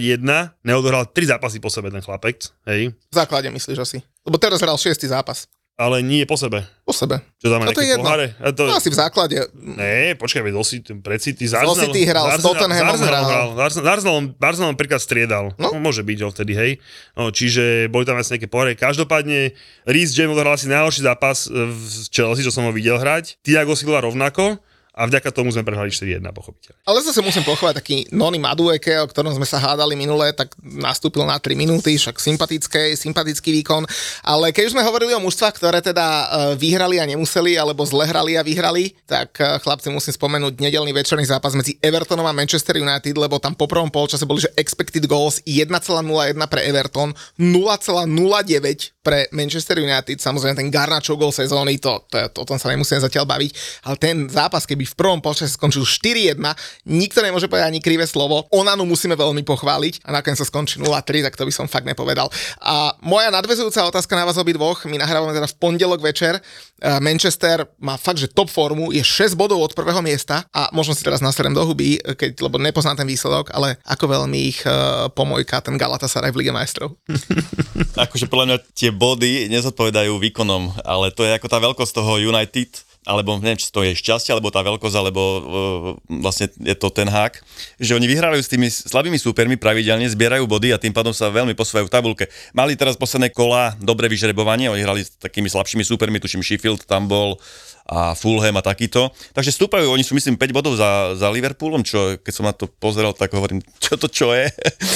neodohral 3 zápasy po sebe ten chlapec, hej? V základe myslíš asi. Lebo teraz hral 6. zápas. ale nie po sebe. Po sebe. Čo tam má to je nejaké jedno. poháre? No asi v základe. Ne, počkaj, veď pred City Z City hral, s Tottenhamom hral. Arsenal napríklad striedal. No? Môže byť, že vtedy, hej. No, čiže boli tam asi nejaké poháre. Každopádne, Reece James odohral asi najhorší zápas v Chelsea, čo som ho videl hrať. Thiago Silva rovnako. A vďaka tomu sme prehrali 4-1, pochopiteľne. Ale zase musím pochváliť taký Noni Madueke, o ktorom sme sa hádali minulé, tak nastúpil na 3 minúty, však sympatický výkon. Ale keď už sme hovorili o mužstvách, ktoré teda vyhrali a nemuseli, alebo zle hrali a vyhrali, tak chlapci musím spomenúť nedeľný večerný zápas medzi Evertonom a Manchester United, lebo tam po prvom polčase boli, že expected goals 1,01 pre Everton, 0,09 pre Manchester United. Samozrejme ten Garnacho gól sezóny, o tom sa nemusíme zatiaľ baviť, ale ten zápas, keby v prvom polčase skončil 4-1, nikto nemôže povedať ani krivé slovo. Onanu musíme veľmi pochváliť a nakoniec sa skončí 0-3, tak to by som fakt nepovedal. A moja nadväzujúca otázka na vás obidvoch, my nahrávame teda v pondelok večer. Manchester má fakt, že top formu, je 6 bodov od prvého miesta a možno si teraz naserem do huby, lebo nepoznám ten výsledok, ale ako veľmi ich pomojka ten Galatasaray v Lige majstrov. Akože podľa mňa tie body nezodpovedajú výkonom, ale to je ako tá veľkosť toho United, alebo neviem, či to je šťastie, alebo tá veľkosť, alebo vlastne je to ten hák, že oni vyhrávajú s tými slabými súpermi pravidelne, zbierajú body a tým pádom sa veľmi posúvajú v tabulke. Mali teraz posledné kola dobré vyžrebovanie, oni hrali s takými slabšími súpermi, tuším Sheffield tam bol a Fulham a takýto. Takže stúpajú, oni sú myslím 5 bodov za Liverpoolom, čo keď som na to pozeral, tak hovorím, čo je.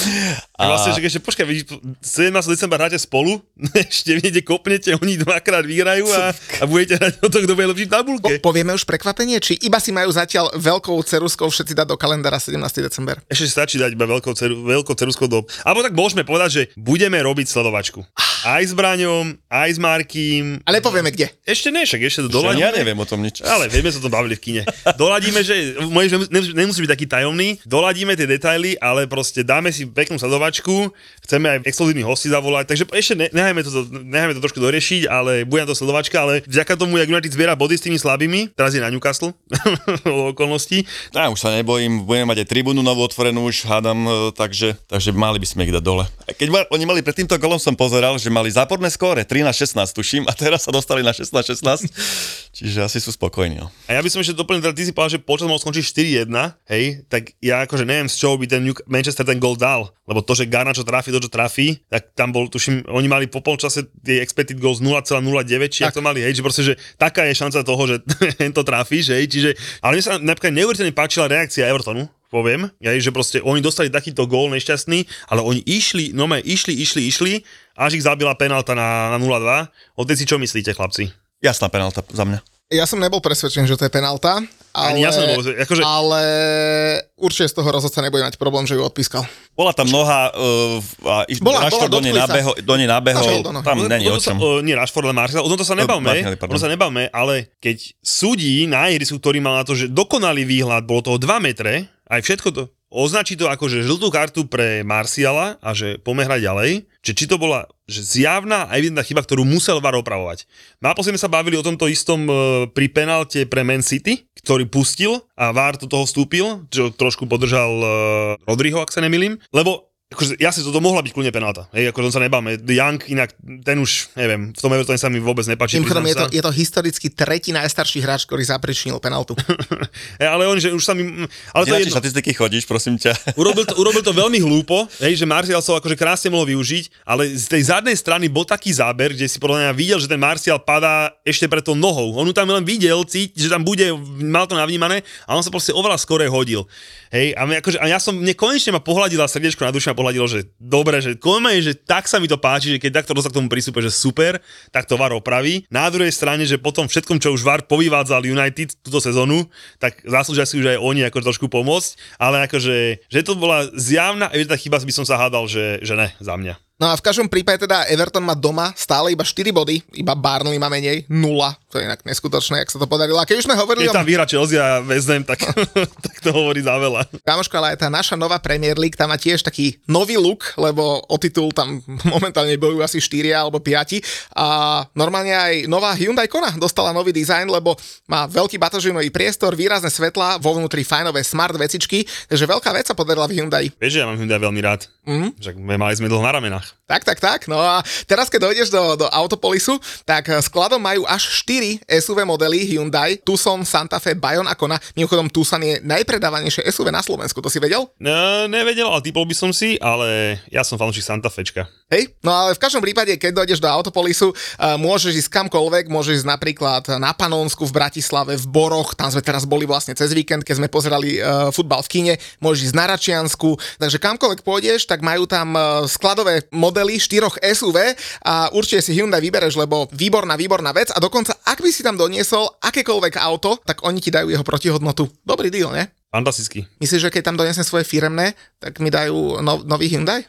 A vlastne, že ešte počkaj, 17. decembra hráte spolu, ešte viete, kopnete, oni dvakrát vyhrajú a budete hrať o to, kto bude lepší v tabulke. Povieme už prekvapenie, či iba si majú zatiaľ veľkou ceruskou všetci dať do kalendára 17. december? Ešte stačí dať iba veľkou ceruskou do... Alebo tak môžeme povedať, že budeme robiť sledovačku. Aj s Braňom, aj s Markým. Ale nepovieme kde. Ešte ne, však ešte to doladíme. Ja neviem o tom nič. Ale vieme, sa to bavili v kine. Doladíme, že nemusí byť taký tajomný. Doladíme tie detaily, ale proste dáme si peknú sledovačku. Chceme aj exkluzívnych hostí zavolať. Takže ešte nechajme to trošku doriešiť, ale bude na to sledovačka, ale vďaka tomu, jak United zbiera body s tými slabými, teraz je na Newcastle o okolnosti. Už sa nebojím, budeme mať aj tribúnu novú otvorenú, už hádam, takže mali by sme ich dať dole. Keď oni mali pred týmto golom, som pozeral, že mali záporné skóre 13-16 tuším a teraz sa dostali na 16-16, čiže asi sú spokojní. No. A ja by som ešte doplnil, teda ty si povedal, že počas mohol skončiť 4-1, hej, tak ja akože neviem, z čoho by ten Manchester ten gól dal, lebo to, že Garnacho trafí to, čo trafí, tak tam bol, tuším, oni mali po polčase tie expected goals 0,09, či ak to mali, hej, že proste, že taká je šanca toho, že to trafíš, hej, čiže, ale mne sa napríklad neuveriteľne páčila reakcia Evertonu, poviem, že proste oni dostali takýto gól nešťastný, ale oni išli, až ich zabila penálta na 0-2. O tej si čo myslíte, chlapci? Jasná penálta za mňa. Ja som nebol presvedčený, že to je penálta, ale, ja som nebol, akože... ale určite z toho rozhodca nebude mať problém, že ju odpískal. Bola tam noha a Rashford do nej nabehol, tam není o čom. Nie Rashford, ale Martial, o tomto sa nebavme, ale keď súdi na ihrisku, ktorý mal na to, že dokonalý výhľad, bolo toho 2 metre, aj všetko to, označí to ako, že žltú kartu pre Martiala a že poďme hrať ďalej, či to bola že zjavná a evidentná chyba, ktorú musel VAR opravovať. Naposledy sme sa bavili o tomto istom pri penalte pre Man City, ktorý pustil a VAR do toho vstúpil, čo trošku podržal Rodriho, ak sa nemýlim, lebo akože, jasne, toto mohla byť kľudne penálta. Hej, akože sa nebáme. Young, inak ten už, neviem, v tom Evertone sa mi vôbec nepáči. Je to historicky tretí najstarší hráč, ktorý zapričinil penáltu. Ale on, že už sa mi... Ale to je jedno. Štatistiky chodíš, prosím ťa. Urobil to veľmi hlúpo, hej, že Martial sa akože krásne mohol využiť, ale z tej zadnej strany bol taký záber, kde si podľa mňa videl, že ten Martial padá ešte pred tou nohou. On tam len videl, že tam bude, mal to navnímané a on sa proste oveľa skorej hodil. Hej, a mne konečne ma pohľadila srdiečko na dušu, ma pohľadilo, že dobre, že že tak sa mi to páči, že keď takto sa k tomu prístupe, že super, tak to VAR opraví. Na druhej strane, že potom všetkom, čo už VAR povyvádzal United túto sezónu, tak zaslúžia si už aj oni ako trošku pomôcť, ale akože, že to bola zjavná evidentná chyba, by som sa hádal, že ne, za mňa. No a v každom prípade teda Everton má doma stále iba 4 body, iba Burnley má menej, 0. To je inak neskutočné, jak sa to podarilo. A keď už sme hovorili... Keď tam vyhrá Chelsea a West Ham, tak to hovorí za veľa. Kámoško, ale aj tá naša nová Premier League, tam má tiež taký nový look, lebo o titul tam momentálne bojujú asi 4 alebo 5. A normálne aj nová Hyundai Kona dostala nový dizajn, lebo má veľký batožinový priestor, výrazné svetlá, vo vnútri fajnové smart vecičky, takže veľká vec sa podarila v Hyundai. Vieš, že ja mám Hyundai veľmi rád. Však mali sme dlho na ramenách. Tatrách. Tak. No a teraz, keď dojdeš do Autopolisu, tak skladom majú až 4 SUV modely Hyundai, Tucson, Santa Fe, Bayon a Kona. Mimochodom, Tucson je najpredávanejšie SUV na Slovensku, to si vedel? No, nevedel, ale typol by som si, ale ja som fanúšik Santa Fečka. Hej, no ale v každom prípade, keď dojdeš do Autopolisu, môžeš ísť kamkoľvek, môžeš ísť napríklad na Panónsku v Bratislave, v Boroch, tam sme teraz boli vlastne cez víkend, keď sme pozerali futbal v kine, môžeš ísť na Račiansku, takže kamkoľvek pôjdeš, tak majú tam skladové modely 4 SUV a určite si Hyundai vybereš, lebo výborná vec a dokonca, ak by si tam doniesol akékoľvek auto, tak oni ti dajú jeho protihodnotu. Dobrý deal, ne? Fantastický. Myslíš, že keď tam donesem svoje firemné, tak mi dajú nový Hyundai?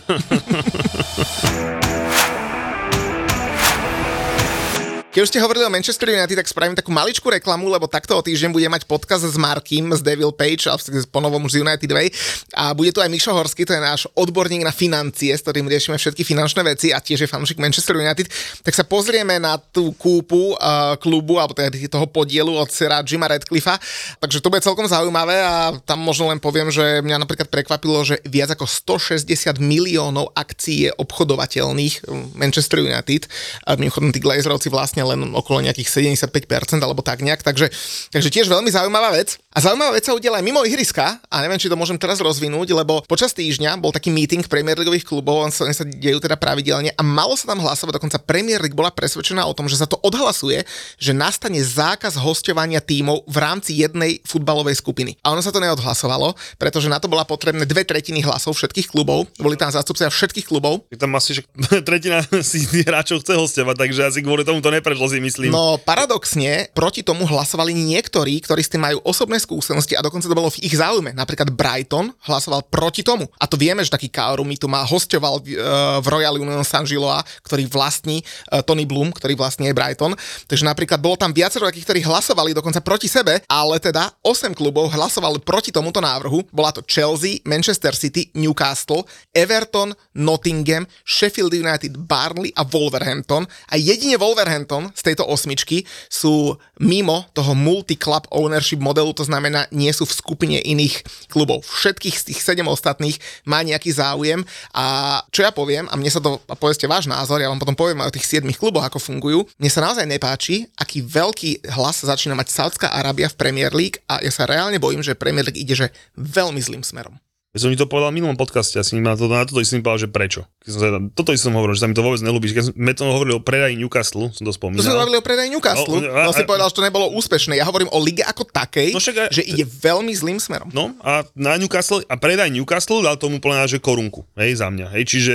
Keď už ste hovorili o Manchester United, tak spravím takú maličkú reklamu, lebo takto o týždeň bude mať podcast s Markim z Devil Page, po novom z United Way. A bude tu aj Mišo Horský, to je náš odborník na financie, s ktorým riešime všetky finančné veci a tiež je fanúšik Manchester United. Tak sa pozrieme na tú kúpu klubu, alebo teda toho podielu od sera Jima Radcliffa. Takže to bude celkom zaujímavé a tam možno len poviem, že mňa napríklad prekvapilo, že viac ako 160 miliónov akcií je obchodovateľných Manchester United. A mimochodom tí Glazerovci vlastne len okolo nejakých 75% alebo tak nejak, takže tiež veľmi zaujímavá vec. A zaujímavá vec sa udiela aj mimo ihriska a neviem, či to môžem teraz rozvinúť, lebo počas týždňa bol taký meeting Premier Leagueových klubov, oni sa dejú teda pravidelne a malo sa tam hlasovať, dokonca Premier League bola presvedčená o tom, že sa to odhlasuje, že nastane zákaz hosťovania tímov v rámci jednej futbalovej skupiny. A ono sa to neodhlasovalo, pretože na to bola potrebné 2/3 hlasov všetkých klubov, boli tam zástupcovia všetkých klubov. Tam asi, že tretina si hráčov chce hosťovať, takže asi kvôli tomu to neprešlo, si myslím. No paradoxne, proti tomu hlasovali niektorí, ktorí s tým majú osobné skúsenosti a dokonca to bolo v ich záujme. Napríklad Brighton hlasoval proti tomu. A to vieme, že taký Kaoru mi tu hosťoval v Royal Union Saint-Gilloise, ktorý vlastní Tony Bloom, ktorý vlastní aj Brighton. Takže napríklad bolo tam viacero takých, ktorí hlasovali dokonca proti sebe, ale teda 8 klubov hlasovali proti tomuto návrhu. Bola to Chelsea, Manchester City, Newcastle, Everton, Nottingham, Sheffield United, Burnley a Wolverhampton. A jedine Wolverhampton z tejto osmičky sú mimo toho multi-club ownership modelu, to znamená, nie sú v skupine iných klubov. Všetkých z tých 7 ostatných má nejaký záujem a čo ja poviem, a mne sa to, a povedzte váš názor, ja vám potom poviem aj o tých 7 kluboch, ako fungujú, mne sa naozaj nepáči, aký veľký hlas začína mať Saudská Arábia v Premier League a ja sa reálne bojím, že Premier League ide že veľmi zlým smerom. Ja som mi to povedal v minulom podcaste, ja si na toto som mi povedal, že prečo. Toto som hovoril, že sa mi to vôbec nelúbi. Keď sme to hovorili o predaji Newcastle, som to spomínal. To sme hovorili o predaji Newcastle, no si povedal, že to nebolo úspešné. Ja hovorím o lige ako takej, no že ide veľmi zlým smerom. No a na Newcastle, a predaj Newcastle dal tomu plná, že korunku, hej, za mňa. Hej, čiže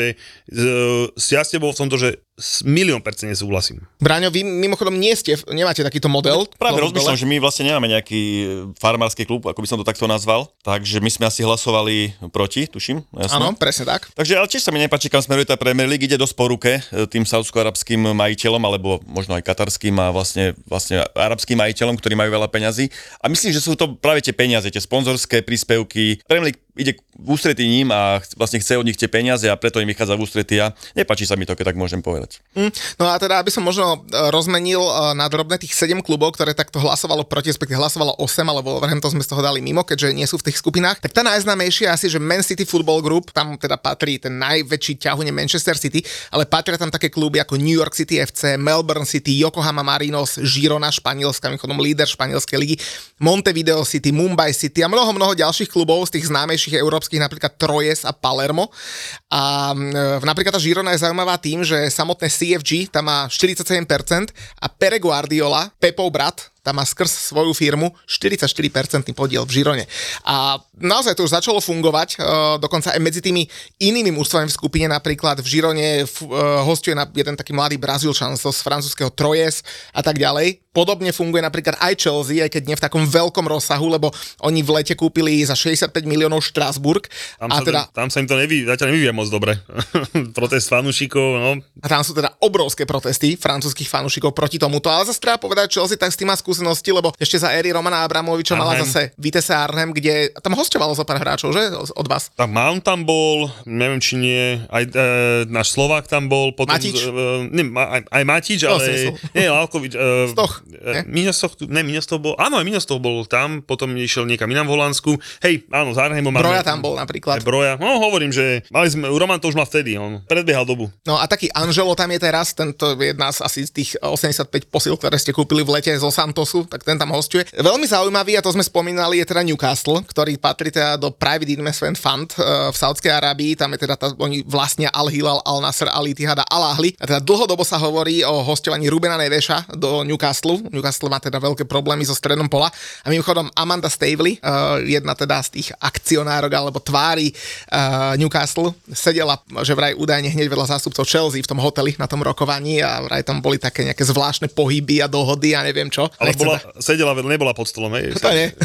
ja s tebou v tomto, že 1,000,000% nesúhlasím. Braňo, vy mimochodom nemáte takýto model? Práve rozmýšľam, že my vlastne nemáme nejaký farmársky klub, ako by som to takto nazval, takže my sme asi hlasovali proti, tuším. Áno, presne tak. Takže ale tiež sa mi nepáči, kam smeruje tá Premier League, ide dosť po ruke tým saúdsko-arabským majiteľom, alebo možno aj katarským a vlastne arabským majiteľom, ktorí majú veľa peňazí. A myslím, že sú to práve tie peniaze, tie sponzorské príspevky. Premier League ide v ústretí ním a vlastne chce od nich tie peniaze a preto im vychádza v ústretí a nepáči sa mi to, keď tak môžem povedať. No a teda, aby som možno rozmenil na drobné tých 7 klubov, ktoré takto hlasovalo proti, respektíve hlasovalo 8, ale Wolverhampton sme z toho dali mimo, keďže nie sú v tých skupinách. Tak tá najznámejšia asi, že Man City Football Group, tam teda patrí ten najväčší ťahuň Manchester City, ale patria tam také kluby ako New York City FC, Melbourne City, Yokohama Marinos, Girona španielská, mimochodom líder španielskej ligy, Montevideo City, Mumbai City a mnoho ďalších klubov z tých známejších európskych, napríklad Troyes a Palermo. A napríklad tá Girona je zaujímavá tým, že samotné CFG tam má 47% a Pere Guardiola, Pepov brat, tam má skrz svoju firmu 44% podiel v Girone. A naozaj to už začalo fungovať, dokonca aj medzi tými inými mužstvami v skupine, napríklad v Girone hosťuje jeden taký mladý Brazílčan z francúzskeho Troyes a tak ďalej. Podobne funguje napríklad aj Chelsea, aj keď nie v takom veľkom rozsahu, lebo oni v lete kúpili za 65 miliónov Štrasburg. Tam sa im to zatiaľ nevyvíja moc dobre. Protest fanúšikov, no. A tam sú teda obrovské protesty francúzskych fanúšikov proti tomuto, ale zase treba povedať, Chelsea tak s tým má skúsenosti skúsenosti, lebo ešte za éry Romana Abramoviča mala zase Vitesse Arnhem, kde tam hosťovalo zo pár hráčov, že? Od vás. Tak Mount tam bol, neviem či nie, aj náš Slovák tam bol. Potom, Matič? Aj Matič, ale nie, Lalkovič. Stoch, Miňostoch bol, áno, aj Miňostoch bol tam, potom išiel niekam inám v Holandsku. Hej, áno, z Arnhemom. Broja tam bol napríklad. Broja, no hovorím, že Roman to už mal vtedy, on predbiehal dobu. No a taký Angelo tam je teraz, tento je jedna z asi z tých 85 posil, ktoré ste kúpili v lete zo Santosu, tak ten tam hosťuje. Veľmi zaujímavý, a to sme spomínali, je teda Newcastle, ktorý patrí teda do Private Investment Fund v Saudskej Arábii, tam je teda oni vlastnia Al Hilal, Al Nasr, Al Ittihad a Al Ahly. A teda dlhodobo sa hovorí o hosťovaní Rubena Neveša do Newcastle. Newcastle má teda veľké problémy so stredom pola. A mimochodom Amanda Stavely, jedna teda z tých akcionárok alebo tvári Newcastle, sedela, že vraj údajne hneď vedľa zástupcov Chelsea v tom hoteli na tom rokovaní a vraj tam boli také nejaké zvláštne pohyby a dohody a neviem čo. Ale sedela, nebola pod stolom, hej? To nie.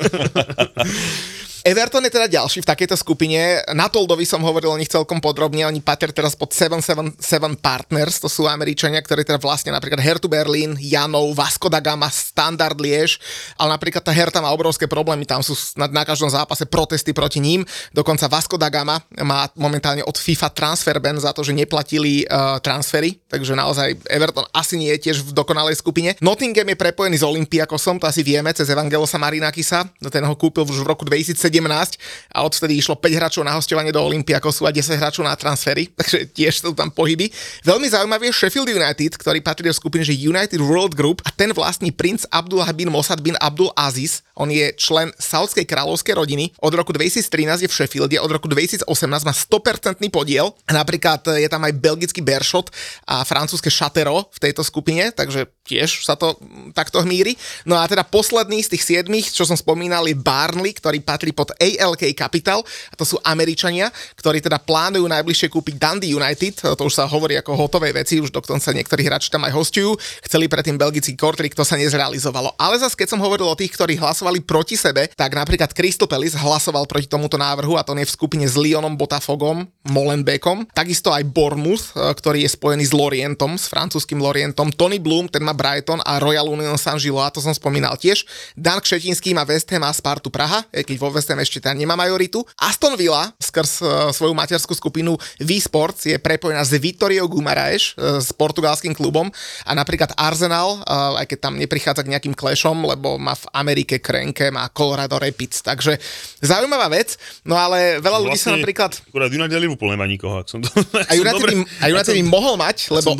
Everton je teda ďalší v takejto skupine. Na Toldovi som hovoril o nich celkom podrobne. Oni patria teraz pod 777 Partners, to sú Američania, ktorí teda vlastne napríklad Hertha Berlin, Janov, Vasco da Gama, Standard Liège, ale napríklad tá Hertha má obrovské problémy, tam sú na každom zápase protesty proti ním. Dokonca Vasco da Gama má momentálne od FIFA transfer ban za to, že neplatili transfery, takže naozaj Everton asi nie je tiež v dokonalej skupine. Nottingham je prepojený s Olympiakosom, to asi vieme, cez Evangelosa Marinakisa, ten ho kúpil už v roku 2017 a odvtedy išlo 5 hráčov na hosťovanie do Olympiakosu a 10 hráčov na transfery, takže tiež sú tam pohyby. Veľmi zaujímavý je Sheffield United, ktorý patrí do skupiny, že United World Group, a ten vlastní princ Abdullah bin Mossad bin Abdul Aziz. On je člen saúdskej kráľovskej rodiny. Od roku 2013 je v Sheffielde, od roku 2018 má 100% podiel. Napríklad je tam aj belgický Bershot a francúzske Châtero v tejto skupine, takže tiež sa to takto hmíri. No a teda posledný z tých 7, čo som spomínal, je Barnley, ktorý patrí pod ALK Capital, a to sú Američania, ktorí teda plánujú najbližšie kúpiť Dundee United, to už sa hovorí ako hotové veci, už dokonca niektorí hráči tam aj hostujú, chceli predtým belgický Kortrijk, to sa nezrealizovalo. Ale zase keď som hovoril o tých, ktorí hlasovali proti sebe, tak napríklad Crystal Palace hlasoval proti tomuto návrhu, a to nie v skupine s Lyonom, Botafogom, Molenbeekom, takisto aj Bournemouth, ktorý je spojený s Lorientom, s francúzskym Lorientom, Tony Bloom, ten má Brighton a Royal Union Saint-Gilloise, a to som spomínal tiež. Dan Kšetinský má West Ham a Spartu Praha, keď vo West Ham ešte tam nemá majoritu. Aston Villa skrz svoju materskú skupinu V-Sports je prepojená s Vitóriou Guimarães, s portugalským klubom, a napríklad Arsenal, aj keď tam neprichádza k nejakým clashom, lebo má v Amerike Krenke, má Colorado Rapids, takže zaujímavá vec, no ale veľa ľudí sa napríklad... Akurát United Liverpool nemá nikoho, ak som to... A United by mohol mať, lebo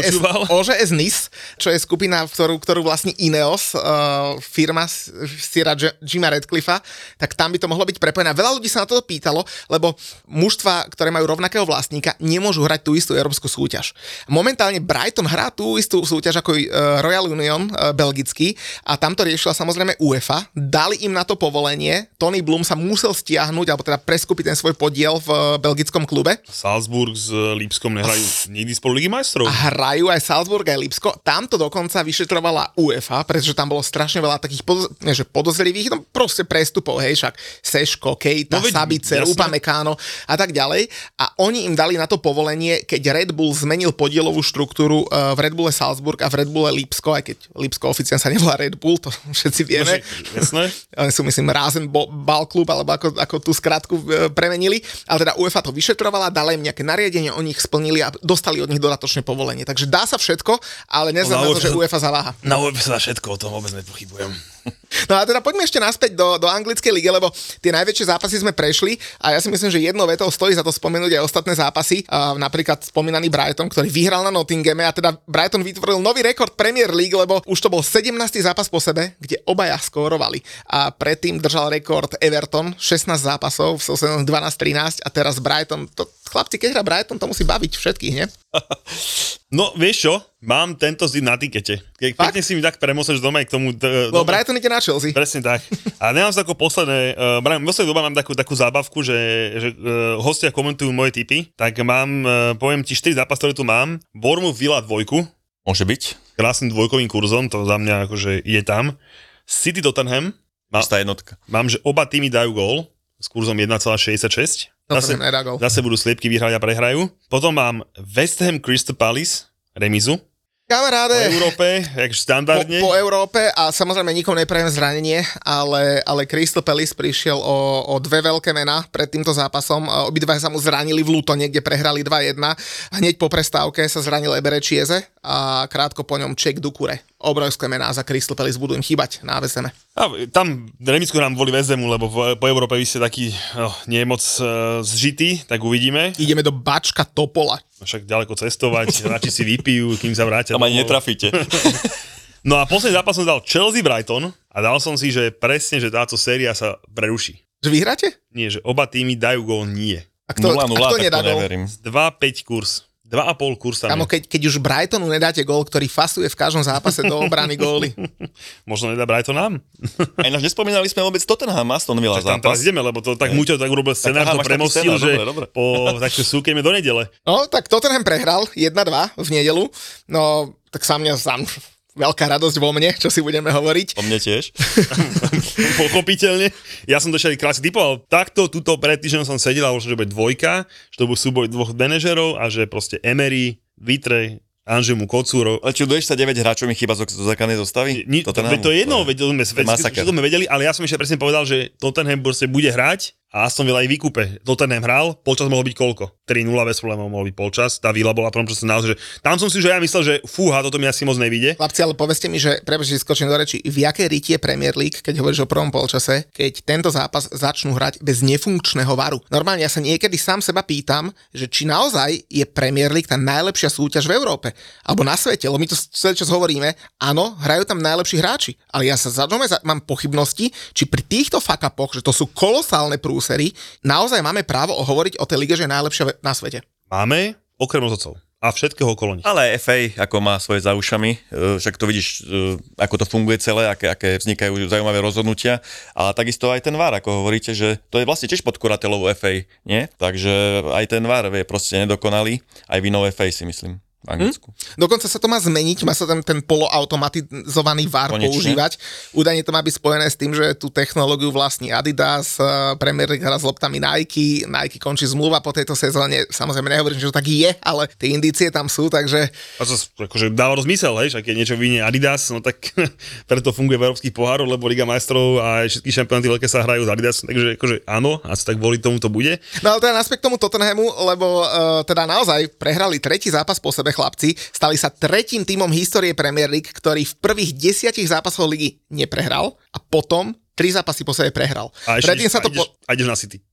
OŽS Nice, čo je skupina, ktorú vlastní Ineos, firma Sira Jima Radcliffa, tak tam by to mohlo byť prepojené. Veľa ľudí sa na to pýtalo, lebo mužstva, ktoré majú rovnakého vlastníka, nemôžu hrať tú istú európsku súťaž. Momentálne Brighton hrá tú istú súťaž ako Royal Union belgický, a tam to riešila samozrejme UEFA. Dali im na to povolenie. Tony Bloom sa musel stiahnuť, alebo teda preskúpiť ten svoj podiel v belgickom klube. Salzburg s Lipskom nehrajú nikdy spolu Ligy majstrov. A hrajú aj Salzburg, aj Lipsko. Tam to dokonca vyšetrovala UEFA, pretože tam bolo strašne veľa takých podozrivých, no proste prestupov, hej, však Seško, Keita, Sabicer, Upamecano a tak ďalej. A oni im dali na to povolenie, keď Red Bull zmenil podielovú štruktúru v Red Bulle Salzburg a v Red Bulle Lipsko, aj keď Lipsko oficiálne sa nevolá Red Bull, to všetci vieme. Jasné. Oni sú, myslím, Rasenball klub, alebo ako tú skratku premenili. Ale teda UEFA to vyšetrovala, dala im nejaké nariadenie, oni ich splnili a dostali od nich dodatočné povolenie. Takže dá sa všetko, ale neznamená to, že UEFA zaváha. Na UEFA sa dá všetko, o tom vôbec nepochybujem. No a teda poďme ešte naspäť do anglickej ligy, lebo tie najväčšie zápasy sme prešli a ja si myslím, že jednou vetou stojí za to spomenúť aj ostatné zápasy. Napríklad spomínaný Brighton, ktorý vyhral na Nottinghame, a teda Brighton vytvoril nový rekord Premier League, lebo už to bol 17. zápas po sebe, kde obaja skórovali. A predtým držal rekord Everton, 16 zápasov, v 12-13, a teraz Brighton. Chlapci, keď hrá Brighton, to musí baviť všetkých, nie? No, vieš čo? Mám tento zid na tikete. Keď si mi tak premosíš doma aj k tomu... Lebo Brighton ide na Chelsea. Presne tak. A nemám sa ako posledné... v poslednej dobe mám takú zábavku, že hostia komentujú moje tipy, tak poviem ti 4 zápasy, ktoré tu mám. Bournemouth Villa 2. Môže byť. Krásnym dvojkovým kurzom, to za mňa akože ide tam. City Tottenham. Tá jednotka. Mám, že oba týmy dajú gól s kurzom 1,66. Zase budú sliepky vyhrať a prehrajú. Potom mám West Ham Crystal Palace, remizu. Kamaráde, Po Európe, jak štandardne. po Európe a samozrejme nikomu neprajem zranenie, ale Crystal Palace prišiel o dve veľké mená pred týmto zápasom. Obidva sa mu zranili v Lutone, kde prehrali 2-1. Hneď po prestávke sa zranil Eberechieze a krátko po ňom Ček Dukure. Obrovské mená za Crystal Palace budú im chýbať na AVSM. A tam remisku nám boli Vezemu, lebo po Európe vy ste taký nie je moc zžitý, tak uvidíme. Ideme do Bačka Topola. Však ďaleko cestovať, radšej si vypijú, kým sa vrátia. Tam ani netrafíte. No a posledný zápas som dal Chelsea-Brighton a dal som si, že presne, že táto séria sa preruší. Že vyhráte? Nie, že oba týmy dajú gól, nie. A kto 0-0, a kto tak nedá to gól? neverím. 2,5 kurz. 2,5 kurz tam Kamo, je. keď už Brightonu nedáte gól, ktorý fasuje v každom zápase do obrany góly. Možno nedá Brighton nám. A ináč nespomínali sme vôbec Tottenham Aston Villa Tak tam teraz zápas. ideme, lebo to tak Muťo tak urobil scenár, aha, to máš taký premostil, scenár, že dobre. po takto súkejme do nedele. No, tak Tottenham prehral 1-2 v nedelu. No, tak sám veľká radosť vo mne, čo si budeme hovoriť. O mne tiež. Pochopiteľne. Ja som to ešte krásne typoval. Takto, tuto pred týždňom som sedel a že to bude dvojka, že to bude súboj dvoch manažerov a že proste Emery, Vitre, Anžemu Kocúro. Ale čuduješ sa 9 hráčov mi chýba zo zakanej zostavy? Veď to je jedno, veď to sme vedeli, ale ja som ešte presne povedal, že Tottenham bude hrať a Aston Villa aj vykúpe. Tottenham hral, polčas mohol byť koľko? 3-0 bez problémov mohol byť polčas. Tá Villa bola prvom čase naozaj, že tam som si, že ja myslel, že fúha, toto mi asi moc nevíde. Chlapci, ale povedzte mi, že prepáčte, skočím do reči, v jakej rytie Premier League, keď hovoríš o prvom polčase, keď tento zápas začnú hrať bez nefunkčného varu. Normálne ja sa niekedy sám seba pýtam, že či naozaj je Premier League tá najlepšia súťaž v Európe alebo na svete, lebo my to celý čas hovoríme, áno, hrajú tam najlepší hráči, ale ja sa mám pochybnosti, či pri týchto fuck-upoch, že to sú kolosálne prúsery, naozaj máme právo hovoriť o tej lige, že je najlepšia na svete. Máme, okrem rozhodcov a všetkého okolo nich. Ale FA ako má svoje za ušami, však to vidíš, ako to funguje celé, aké vznikajú zaujímavé rozhodnutia, ale takisto aj ten VAR, ako hovoríte, že to je vlastne tiež pod kuratelou FA, nie? Takže aj ten VAR je proste nedokonalý, aj vinou FA si myslím. Anglicku. Dokonca sa to má zmeniť, má sa tam ten poloautomatizovaný VAR používať. Údajne to má byť spojené s tým, že tú technológiu vlastní Adidas, Premier League hra s loptami Nike končí zmluva po tejto sezóne. Samozrejme nehovorím, že to tak je, ale tie indície tam sú, takže... A to akože dáva zmysel, hej, že keď niečo vynie Adidas, no tak preto funguje v európskych pohároch, lebo Liga majstrov a všetky šampionáty veľké sa hrajú z Adidas, takže akože áno, asi tak kvôli tomu to bude. No ale teda naspäť k tomu Tottenhamu, lebo teda naozaj prehrali tretí zápas po sebe chlapci, stali sa tretím tímom histórie Premier League, ktorý v prvých 10 zápasoch ligy neprehral a potom 3 zápasy po sebe prehral. A ideš na City.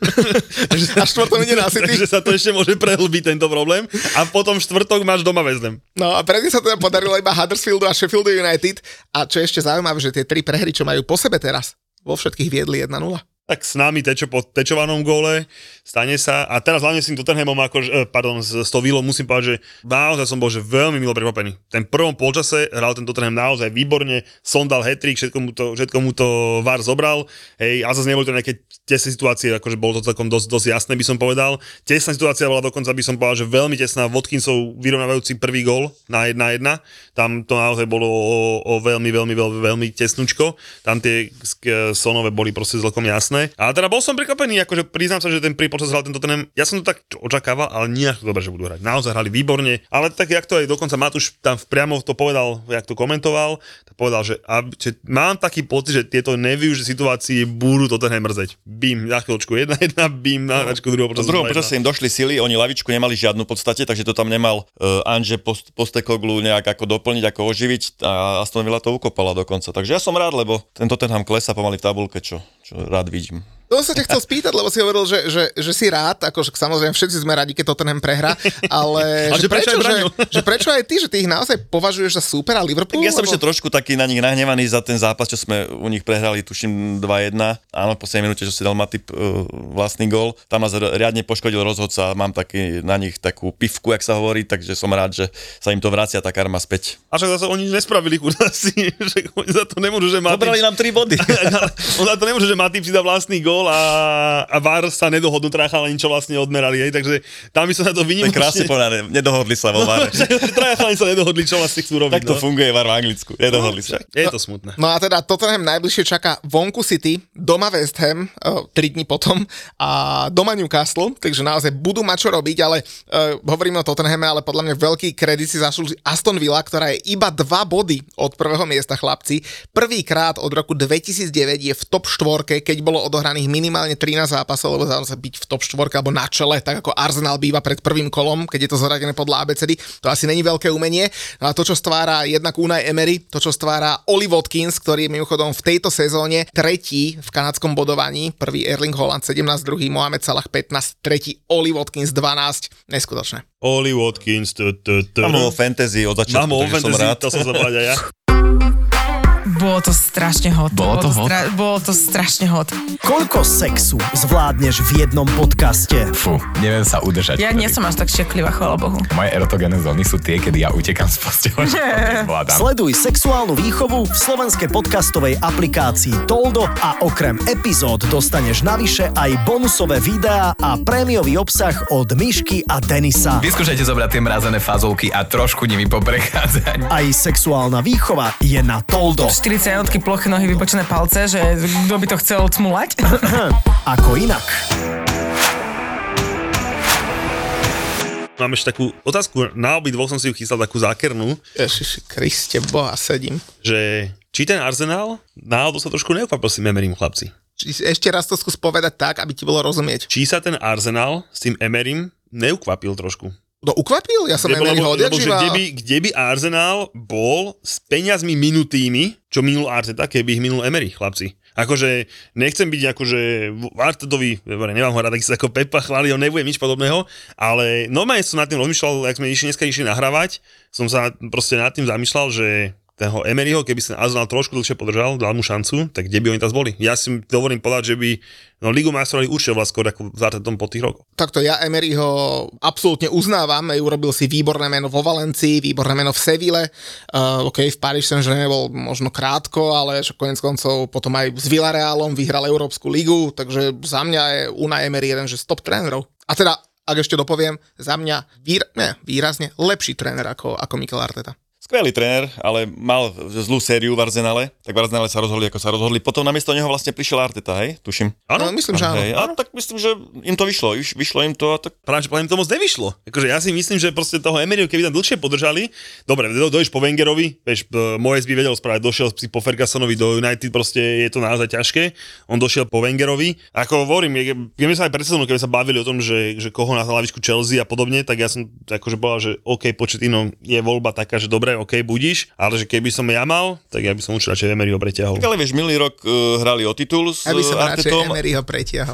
A štvrtom ide na City. Takže sa to ešte môže prehlbiť tento problém. A potom štvrtok máš doma West Ham. No a predtým sa teda podarilo iba Huddersfieldu a Sheffieldu United. A čo je ešte zaujímavé, že tie 3 prehry, čo majú po sebe teraz, vo všetkých viedli 1-0. Tak s nami tečo po tečovanom góle, stane sa. A teraz hlavne s tým Tottenhamom, s tou Villou musím povedať, že naozaj som bol že veľmi milo prekvapený. Ten prvom polčase hral ten Tottenham naozaj výborne, Son dal hat-trick, všetko mu to VAR zobral. Hej, a zase neboli to nejaké tesné situácie, akože bolo to celkom dosť jasné, by som povedal. Tesná situácia bola dokonca, by som povedal, že veľmi tesná. Watkinsov vyrovnávajúci prvý gól na 1-1. Tam to naozaj bolo o veľmi tesnúčko. Tam tie Sonové boli proste celkom jasné. Ale teda bol som prekvapený, akože priznám sa, že ten prvý počas hral ten Tottenham, ja som to tak očakával, ale nie až dobre, že budú hrať. Naozaj hrali výborne, ale tak jak to aj dokonca Matúš tam priamo to povedal, jak to komentoval, tak povedal, že mám taký pocit, že tieto nevyužité situácie budú Tottenham mrzeť. Bím, na chvíľočku 1-1, bím, na chvíľočku druhého počasu. V druhom počase im došli sily, oni lavičku nemali žiadnu v podstate, takže to tam nemal Anže Postecoglou nejak ako doplniť, ako oživiť a Aston Villa to ukopala dokonca. Takže ja som rád, lebo ten Tottenham klesá pomaly v tabulke, čo rád vidím. To som sa ťa chcel spýtať, lebo si hovoril, že si rád, akože samozrejme všetci sme radi, keď Tottenham prehrá, ale že prečo aj ty, že ty ich naozaj považuješ za super a Liverpool? Tak ja som ešte trošku taký na nich nahnevaný za ten zápas, čo sme u nich prehrali, tuším 2-1. Áno, po 7 minúte, čo si dal Matip vlastný gól. Tam nás riadne poškodil rozhodca a mám taký, na nich takú pivku, jak sa hovorí, takže som rád, že sa im to vracia tá karma späť. A však zase oni nespravili kurá si, že oni za to nemôžu, že Matip... Zobrali nám 3 body. On za to nemôže, že Matip si dá vlastný gól gól a VAR sa nedohodnú traja chalani, čo vlastne odmerali, hej, takže tam by som na to To je krásne vynimočne... povedané, nedohodli sa vo VAR. Traja chalani sa nedohodli, čo vlastne chcú robiť. Tak to funguje VAR v Anglicku, nedohodli sa. Je to smutné. No a teda Tottenham najbližšie čaká vonku City, doma West Ham, 3 dní potom a doma Newcastle, takže naozaj budú mať čo robiť, ale hovoríme o Tottenhame, ale podľa mňa veľký kredit si zaslúži Aston Villa, ktorá je iba 2 body od prvého miesta, chlapci. Prvýkrát od roku 2009 je v top 4, keď bolo odohraných minimálne 13 zápasov, lebo sa byť v top 4 alebo na čele, tak ako Arsenal býva pred prvým kolom, keď je to zoradené podľa ABCD. To asi není veľké umenie. No a to, čo stvára jednak Unai Emery, to, čo stvára Oli Watkins, ktorý je mimochodom v tejto sezóne tretí v kanadskom bodovaní, prvý Erling Haaland 17, druhý Mohamed Salah 15, tretí Oli Watkins 12, neskutočné. Oli Watkins, Mám ho fantasy od začiatku, Mám ho takže som fantasy, rád. to som zapadať aj ja. Bolo to strašne hot. Bolo to strašne hot. Koľko sexu zvládneš v jednom podcaste? Fú, neviem sa udržať. Ja nie som až tak šeklivá, chvála Bohu. Moje erotogénne zóny sú tie, kedy ja utekam z postele, že to nezvládam. Sleduj sexuálnu výchovu v slovenskej podcastovej aplikácii Toldo a okrem epizód dostaneš navyše aj bonusové videá a prémiový obsah od Myšky a Denisa. Vyskúšajte zobrať tie mrazené fazulky a trošku nimi poprechádzať. Aj sexuálna výchova je na Toldo. 40-jednotky, ploché nohy, vybočené palce, že kto by to chcel cmulať? Ako inak. Mám ešte takú otázku, na obidvoch som si ju chystal takú zákernú, Ježiši Kriste, boha, sedím. že či ten Arsenal náhodou sa trošku neukvapil s tým Emerym, chlapci. Ešte raz to skús povedať tak, aby ti bolo rozumieť. Či sa ten Arsenal s tým Emerym neukvapil trošku. No ukvapil? Ja som Emeryho odjak živa. Kde by Arsenal bol s peňazmi minutými, čo minul Arteta, keby ich minul Emery, chlapci. Akože nechcem byť akože Artetovi, nemám ho rád takisto ako Pepa chváli, on nebudem nič podobného, ale normálne som nad tým rozmýšľal, jak sme dneska išli nahrávať, som sa proste nad tým zamýšľal, že toho Emeryho, keby sa Arsenal trošku dlhšie podržal, dal mu šancu, tak kde by oni teraz boli? Ja si dovolím povedať, že by Ligu majstrov určite bola skôr ako v Artetom po tých rokoch. Takto ja Emeryho absolútne uznávam, urobil si výborné meno vo Valencii, výborné meno v Seville, v Paris Saint-Germain bol možno krátko, ale koniec koncov potom aj s Villarealom vyhral Európsku ligu, takže za mňa je Unai Emery jeden z top trénerov. A teda, ak ešte dopoviem, za mňa výrazne lepší tréner ako Mikel Arteta. Skvelý tréner, ale mal zlú sériu v Arsenale, tak v Arsenale sa rozhodli, ako sa rozhodli. Potom namiesto neho vlastne prišiel Arteta, hej? Tuším. Áno, myslím, že áno. Hej, a tak myslím, že im to vyšlo. Vyšlo im to a tak... Práve, že im to moc nevyšlo. Akože ja si myslím, že proste toho Emeryho, keby tam dlhšie podržali, dobre, dojdeš po Wengerovi, vieš, Moyes by vedel spraviť, došiel si po Fergusonovi do United, proste je to naozaj ťažké. On došiel po Wengerovi. Ako hovorím, keby sa aj pred sezónou, keby sa bavili o tom, že koho na hlavičku Chelsea a podobne, tak ja som akože povedal, že OK, Pochettino je voľba taká, že dobre, OK, budíš. Ale že keby som ja mal, tak ja by som určite radšej Emeryho preťahol. Tak ale vieš, minulý rok hrali o titul s Aby som radšej Artetom. Emeryho pretiahol.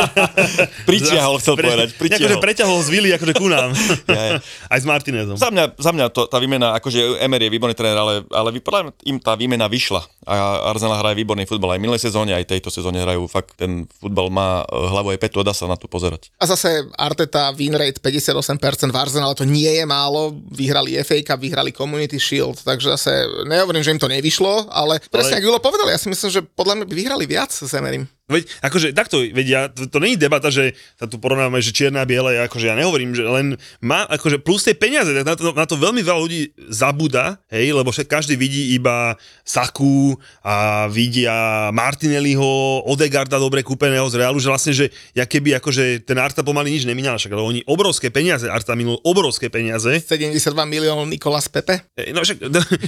Pritiahol, chcel povedať. Akože preťahol z Willy, akože ku nám. Ja. Aj s Martinezom. Za mňa tá výmena, akože Emery je výborný tréner, ale podľa im tá výmena vyšla. A Arsenal hraje výborný futbal aj v minulej sezóne, aj tejto sezóne hrajú. Fakt ten futbal má hlavu aj petu a dá sa na to pozerať. A zase Arteta win rate 58% v Arsenale, to nie je málo. Vyhrali FA Cup, vyhrali Community Shield, takže zase nehovorím, že im to nevyšlo, ale presne ako Julo povedal, ja si myslím, že podľa mňa by vyhrali viac s Emerym. Veď, akože takto, to nie je debata, že sa tu porovnávame, že čierna a biele, akože ja nehovorím, že len má, akože plus tie peniaze, tak na to veľmi veľa ľudí zabúda, hej, lebo každý vidí iba Saku a vidia Martinelliho, Odegaarda dobre kúpeného z Realu, že vlastne, že ja keby akože ten Arteta pomaly nič nemínal, však, ale oni obrovské peniaze, Arteta minul obrovské peniaze. 72 miliónov Nicolas Pepe. No však,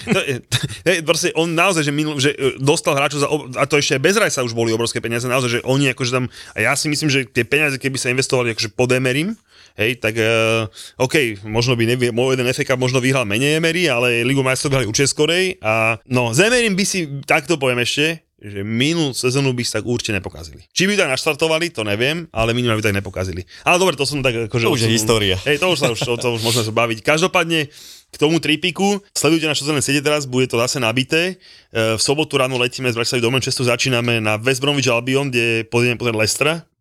proste on naozaj, že dostal hráčov a to ešte aj bez Rajsa už boli obrovské peniaze, naozaj, že oni akože tam, a ja si myslím, že tie peniaze, keby sa investovali akože pod Emerym, hej, tak OK, možno by môj jeden FA Cup možno vyhral menej Emery, ale Ligu majstrov vyhrali určite skorej a no, s Emerym by si, takto poviem ešte, že minulú sezónu by sa tak určite nepokazili. Či by tak naštartovali, to neviem, ale minulú by tak nepokazili. Ale dobre, to som tak akože... To už je história. Hej, to už môžeme sa baviť. Každopádne, k tomu tripiku, sledujte naše sociálne siete teraz, bude to zase nabité. V sobotu ráno letíme z Bratislavy do Manchesteru, začíname na West Bromwich Albion, kde pôjdeme pozrieť Leicestera.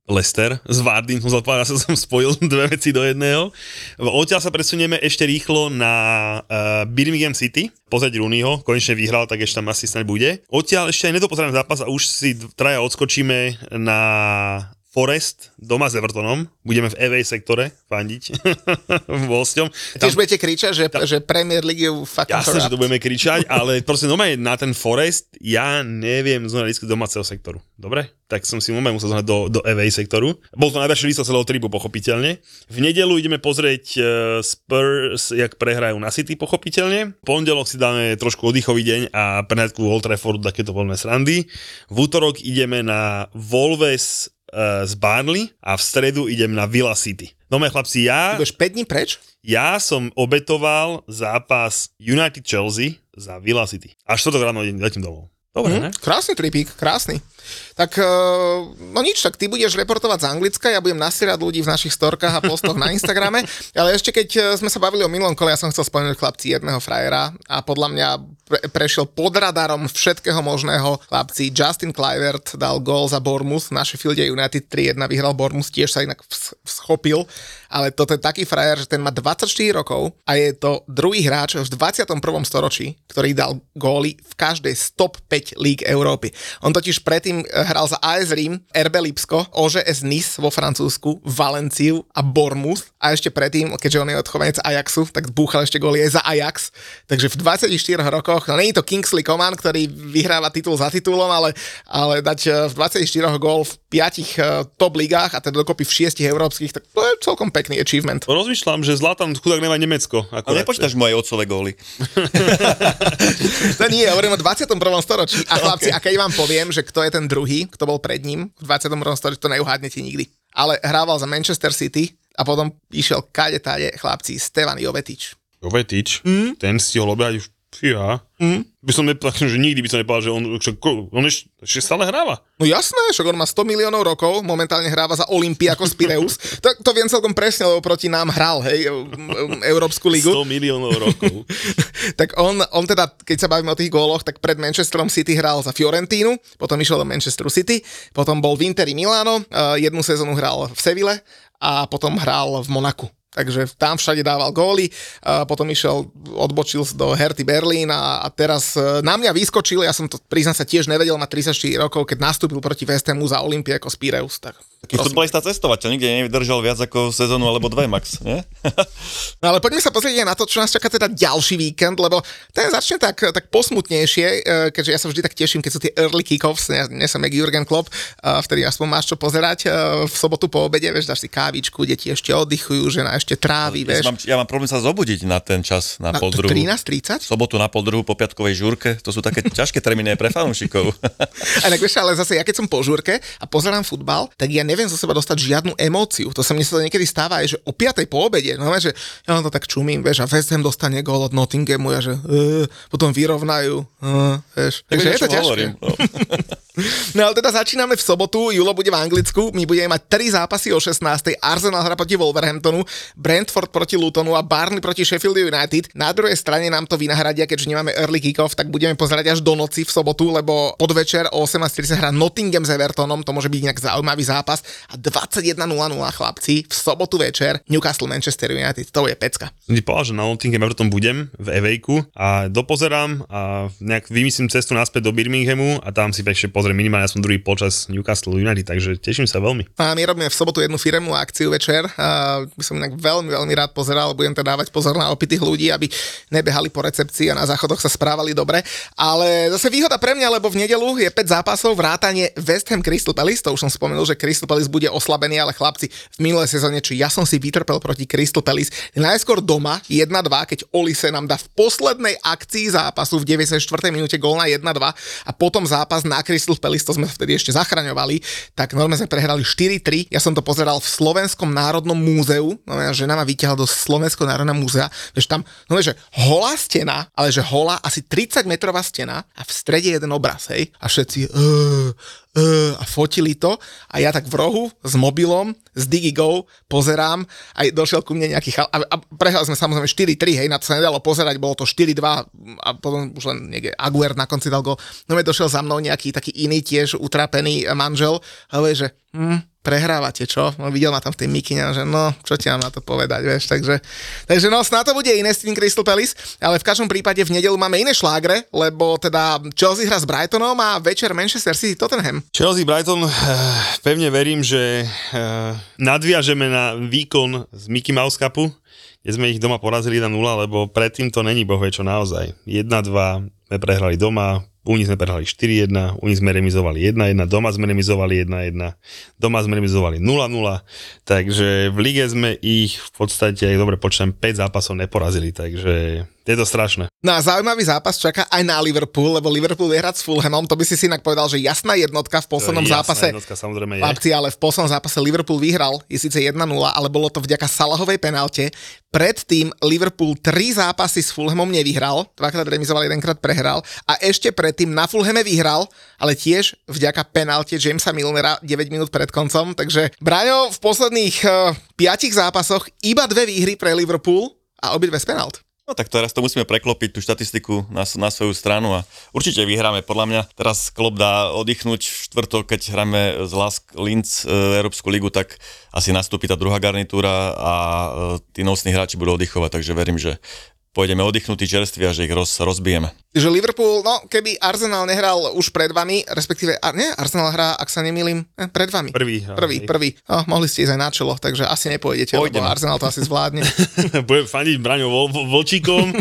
Leicester s Vardym, som spojil dve veci do jedného. Odtiaľ sa presunieme ešte rýchlo na Birmingham City, pozrieť Rooneyho, konečne vyhral, tak ešte tam asi snáď bude. Odtiaľ ešte aj nedopozerám zápas a už si traja odskočíme na Forest doma s Evertonom. Budeme v away sektore fandiť hosťom. Tiež budete kričať, že Premier League je fucking jasne, že to budeme kričať, ale proste doma je na ten Forest, ja neviem zohnať lístky domáceho sektoru. Dobre? Tak som si musel zohnať do away sektoru. Bol to najdražší lístok celého tribu, pochopiteľne. V nedeľu ideme pozrieť Spurs, jak prehrajú na City, pochopiteľne. V pondelok si dáme trošku oddychový deň a prehľadku Old Trafford, takéto voľné srandy. V útorok ideme na Wolves z Burnley a v stredu idem na Villa City. No moje chlapci, Budeš 5 dní preč? Ja som obetoval zápas United Chelsea za Villa City. A štvrtok ráno letím domov. Dobre, ne? Krásny tripík, krásny. Tak, no nič, tak ty budeš reportovať z Anglicka, ja budem nasierať ľudí v našich storkách a postoch na Instagrame, ale ešte keď sme sa bavili o minulom kole, ja som chcel spomenúť chlapci jedného frajera a podľa mňa prešiel pod radarom všetkého možného. Chlapci, Justin Kluivert dal gól za Bournemouth, v Sheffielde United 3-1 vyhral Bournemouth, tiež sa inak schopil, ale toto je taký frajer, že ten má 24 rokov a je to druhý hráč v 21. storočí, ktorý dal góly v každej z top 5 líg Európy. On totiž predtým hral za AS Rím, RB Lipsko, OGS Nice vo Francúzsku, Valenciu a Bournemouth a ešte predtým, keďže on je odchovanec Ajaxu, tak búchal ešte góly aj za Ajax. Takže v 24 rokoch, no nie je to Kingsley Coman, ktorý vyhráva titul za titulom, ale dať v 24 gól v 5 top ligách a teda dokopy v 6 európskych, tak to je celkom pekný achievement. Rozmýšľam, že Zlatan chudák nemá Nemecko. Ale nepočítaš mu aj otcové góly. To nie, hovorím o 21. storočí. A chlapci, a keď vám poviem, že kto je ten druhý, kto bol pred ním v 21. storočí, to neuhádnete nikdy. Ale hrával za Manchester City a potom išiel kade-tade chlapci Stevan Jovetic. Jovetic? Ten stihol obehať už fíha. By som nepovedal, že nikdy by som nepovedal, že on ešte stále hráva. No jasné, však on má 100 miliónov rokov, momentálne hráva za Olympiakos Pireus. To viem celkom presne, lebo proti nám hral, hej, Európsku ligu. 100 miliónov rokov. Tak on teda, keď sa bavíme o tých góloch, tak pred Manchesterom City hral za Fiorentínu, potom išiel do Manchesteru City, potom bol v Interi Milano, jednu sezónu hral v Seville a potom hral v Monaku. Takže tam všade dával góly, potom odbočil do Herthy Berlín a teraz na mňa vyskočil, ja som to priznám sa tiež nevedel, má 34 rokov, keď nastúpil proti West Hamu za Olympiakos Pireus. Taký futbalista cestovateľ, nikde nevydržal viac ako sezónu alebo 2 max, nie? No ale poďme sa pozrieť aj na to, čo nás čaká teda ďalší víkend, lebo ten začne tak posmutnejšie, keďže ja sa vždy tak teším, keď sú tie early kick-offs, nie som jak Jurgen Klopp, vtedy aspoň máš čo pozerať v sobotu po obede, vieš, dáš si kávičku, deti ešte oddychujú, žena ešte trávi, vieš. Ja mám problém sa zobudiť na ten čas, na pol druhú. 13:30? Sobotu na pol druhú po piatkovej žúrke, to sú také ťažké termíny pre fanúšikov. Ale zase ja keď som po žúrke a pozerám futbal, tak ja neviem zo seba dostať žiadnu emóciu. Mne sa to niekedy stáva aj, že o 5:00 po obede, no že ja to tak čumím, vieš, a West Ham dostane gól od Nottinghamu a že potom vyrovnajú, vieš. Takže je to ťažké. No ale teda začíname v sobotu, Julo bude v Anglicku, my budeme mať 3 zápasy o 16:00, Arsenal hra proti Wolverhamptonu, Brentford proti Lutonu a Burnley proti Sheffield United. Na druhej strane nám to vynahradia, keďže nemáme early kick-off, tak budeme pozerať až do noci v sobotu, lebo podvečer o 18:30 hrá Nottingham s Evertonom, to môže byť nejak zaujímavý zápas a 21:00 chlapci v sobotu večer Newcastle Manchester United, to je pecka. Som ti povedal, že na Nottingham Everton budem v Evejku a dopozerám a nejak vymyslím cestu naspäť do Birminghamu a tam si ešte pozriem minimálne, ja som druhý počas Newcastle United, takže teším sa veľmi. A my robíme v sobotu jednu firemnú akciu večer, by som inak veľmi rád pozeral, budem teda dávať pozor na opitých ľudí, aby nebehali po recepcii a na záchodoch sa správali dobre, ale zase výhoda pre mňa, lebo v nedeľu je 5 zápasov, vrátane West Ham Crystal Palace, to už som spomenul, že Crystal Palace bude oslabený, ale chlapci, v minulej sezóne, či ja som si vytrpel proti Crystal Palace, najskôr doma 1-2, keď Olise nám dá v poslednej akcii zápasu v 94. minúte gól na 1-2 a potom zápas na Crystal Palace, to sme vtedy ešte zachraňovali, tak normálne sme prehrali 4-3. Ja som to pozeral v Slovenskom národnom múzeu, žena ma vyťahla do Slovenského národného múzea, vieš tam, že holá stena, ale že holá asi 30-metrová stena a v strede jeden obraz, hej, a všetci a fotili to a ja tak v rohu s mobilom z DigiGo pozerám a došiel ku mne nejaký a prehrali sme samozrejme 4-3, hej, na to sa nedalo pozerať, bolo to 4-2 a potom už len niekde Aguer na konci dal gól. No došiel za mnou nejaký taký iný tiež utrapený manžel a hovorí, že Prehrávate, čo? No, videl ma tam v tej mikine, že no, čo ti mám na to povedať, vieš, takže no, snáď to bude iné s tým Crystal Palace, ale v každom prípade v nedeľu máme iné šlágre, lebo teda Chelsea hra s Brightonom a večer Manchester City Tottenham. Chelsea-Brighton, pevne verím, že nadviažeme na výkon z Mickey Mouse Cupu, kde sme ich doma porazili 1-0, lebo predtým to není bohvie čo naozaj. 1-2 sme prehrali doma, u nich sme prehrali 4-1, u nich sme remizovali 1-1, doma sme remizovali 1-1, doma sme remizovali 0-0, takže v lige sme ich v podstate, ak dobre počítam, 5 zápasov neporazili, takže je to strašné. No a zaujímavý zápas čaká aj na Liverpool, lebo Liverpool vie hrať s Fulhamom, to by si inak povedal, že jasná jednotka v poslednom zápase. Jednotka, samozrejme je. Chlapci, ale v poslednom zápase Liverpool vyhral, je síce 1-0, ale bolo to vďaka Salahovej penalte. Predtým Liverpool 3 zápasy s Fulhamom nevyhral, 2-krát remizoval, 1-krát prehral a ešte predtým na Fulhame vyhral, ale tiež vďaka penalte Jamesa Milnera 9 minút pred koncom, takže Braňo v posledných 5 zápasoch iba 2 výhry pre Liverpool a obidve z penalt. No tak teraz to musíme preklopiť, tú štatistiku na svoju stranu a určite vyhráme. Podľa mňa teraz Klopp dá oddychnúť v štvrtok, keď hráme z Lask Linz Európsku ligu, tak asi nastúpi tá druhá garnitúra a tí nosní hráči budú oddychovať, takže verím, že pôjdeme oddychnutí čerství a že ich rozbijeme. Že Liverpool, no keby Arsenal nehral už pred vami, respektíve, Arsenal hrá, ak sa nemýlim, pred vami. Prvý. No, mohli ste ísť aj na čelo, takže asi nepôjdete, lebo Arsenal to asi zvládne. Budem fandiť Braňo Volčíkom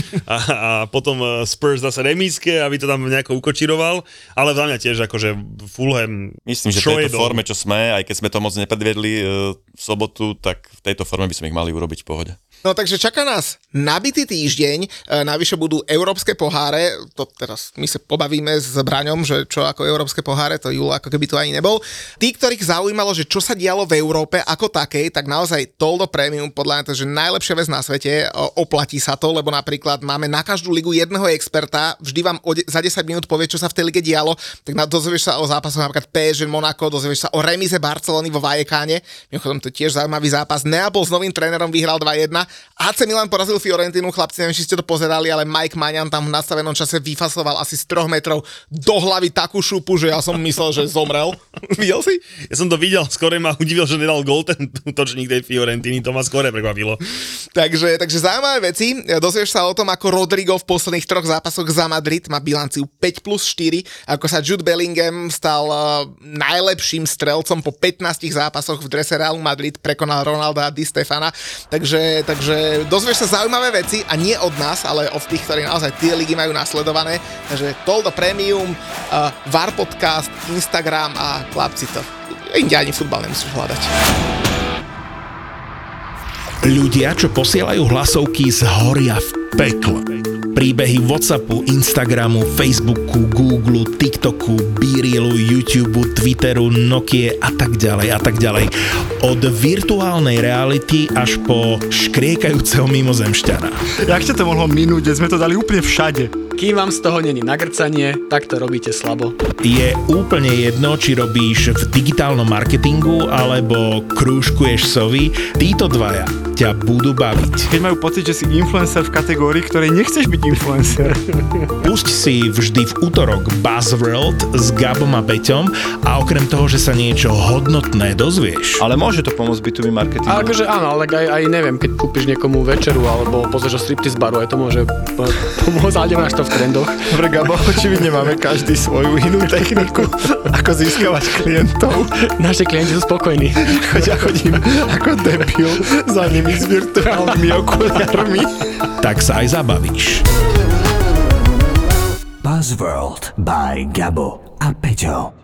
a potom Spurs zase remízke, aby to tam nejako ukočiroval, ale za mňa tiež akože Fulham. Myslím, že v tejto forme, čo sme, aj keď sme to moc nepredviedli v sobotu, tak v tejto forme by sme ich mali urobiť v pohode. No takže čaká nás nabitý týždeň, navyše budú európske poháre, to teraz my sa pobavíme s Braňom, že čo ako európske poháre, to Júl ako keby to ani nebol. Tí, ktorých zaujímalo, že čo sa dialo v Európe ako takej, tak naozaj Toldo Premium podľa mňa to je najlepšia vec na svete, oplatí sa to, lebo napríklad máme na každú ligu jedného experta, vždy vám za 10 minút povie, čo sa v tej lige dialo, tak dozvieš sa o zápasoch napríklad PSG Monaco, dozvieš sa o remíze Barcelony vo Vallecáne, mimochodom to tiež zaujímavý zápas, Neapol s novým trénerom vyhral 2-1, AC Milan porazil Fiorentinu, chlapci, neviem, či ste to pozerali, ale Mike Maignan tam v nastavenom čase vyfasoval asi z 3 metrov do hlavy takú šupu, že ja som myslel, že zomrel. Videl si? Ja som to videl, skôr ma udivil, že nedal gól ten útočník tej Fiorentiny, to ma skôr prekvapilo. Takže zaujímavé veci, dozvieš sa o tom, ako Rodrigo v posledných 3 zápasoch za Madrid má bilanciu 5+4, ako sa Jude Bellingham stal najlepším strelcom po 15 zápasoch v drese Realu Madrid, prekonal Ronalda a Di Stefana, takže dozvieš sa zaujímavé veci a nie od nás, ale od tých, ktorí naozaj tie ligy majú nasledované. Takže Toldo Premium, VAR podcast, Instagram a chlapci to. Inde ani futbal nemusíš hľadať. Ľudia, čo posielajú hlasovky, zhoria v pekle. Príbehy WhatsAppu, Instagramu, Facebooku, Google, TikToku, BeRealu, YouTubeu, Twitteru, Nokie a tak ďalej. Od virtuálnej reality až po škriekajúceho mimozemšťana. Jak ťa to mohlo minúť, sme to dali úplne všade. Kým vám z toho není nagrcanie, tak to robíte slabo. Je úplne jedno, či robíš v digitálnom marketingu alebo krúžkuješ sovy, títo dvaja ťa budú baviť. Keď majú pocit, že si influencer v kategórii, ktorej nechceš byť influencer. Pusť si vždy v útorok Buzzworld s Gabom a Beťom a okrem toho, že sa niečo hodnotné dozvieš. Ale môže to pomôcť B2B marketingu. Ale akože áno, ale aj neviem, keď kúpiš niekomu večeru alebo pozrieš o striptease baru, aj to môže pomôcť, ale nemáš to v trendoch. Dobre, Gabo, očividne máme každý svoju inú techniku, ako získavať klientov. Naši klienti sú spokojní. Ja chodím ako debil za nimi s virtuálnymi okuliarmi. Tak sa aj zabavíš. Buzzworld by Gabo a Peťo.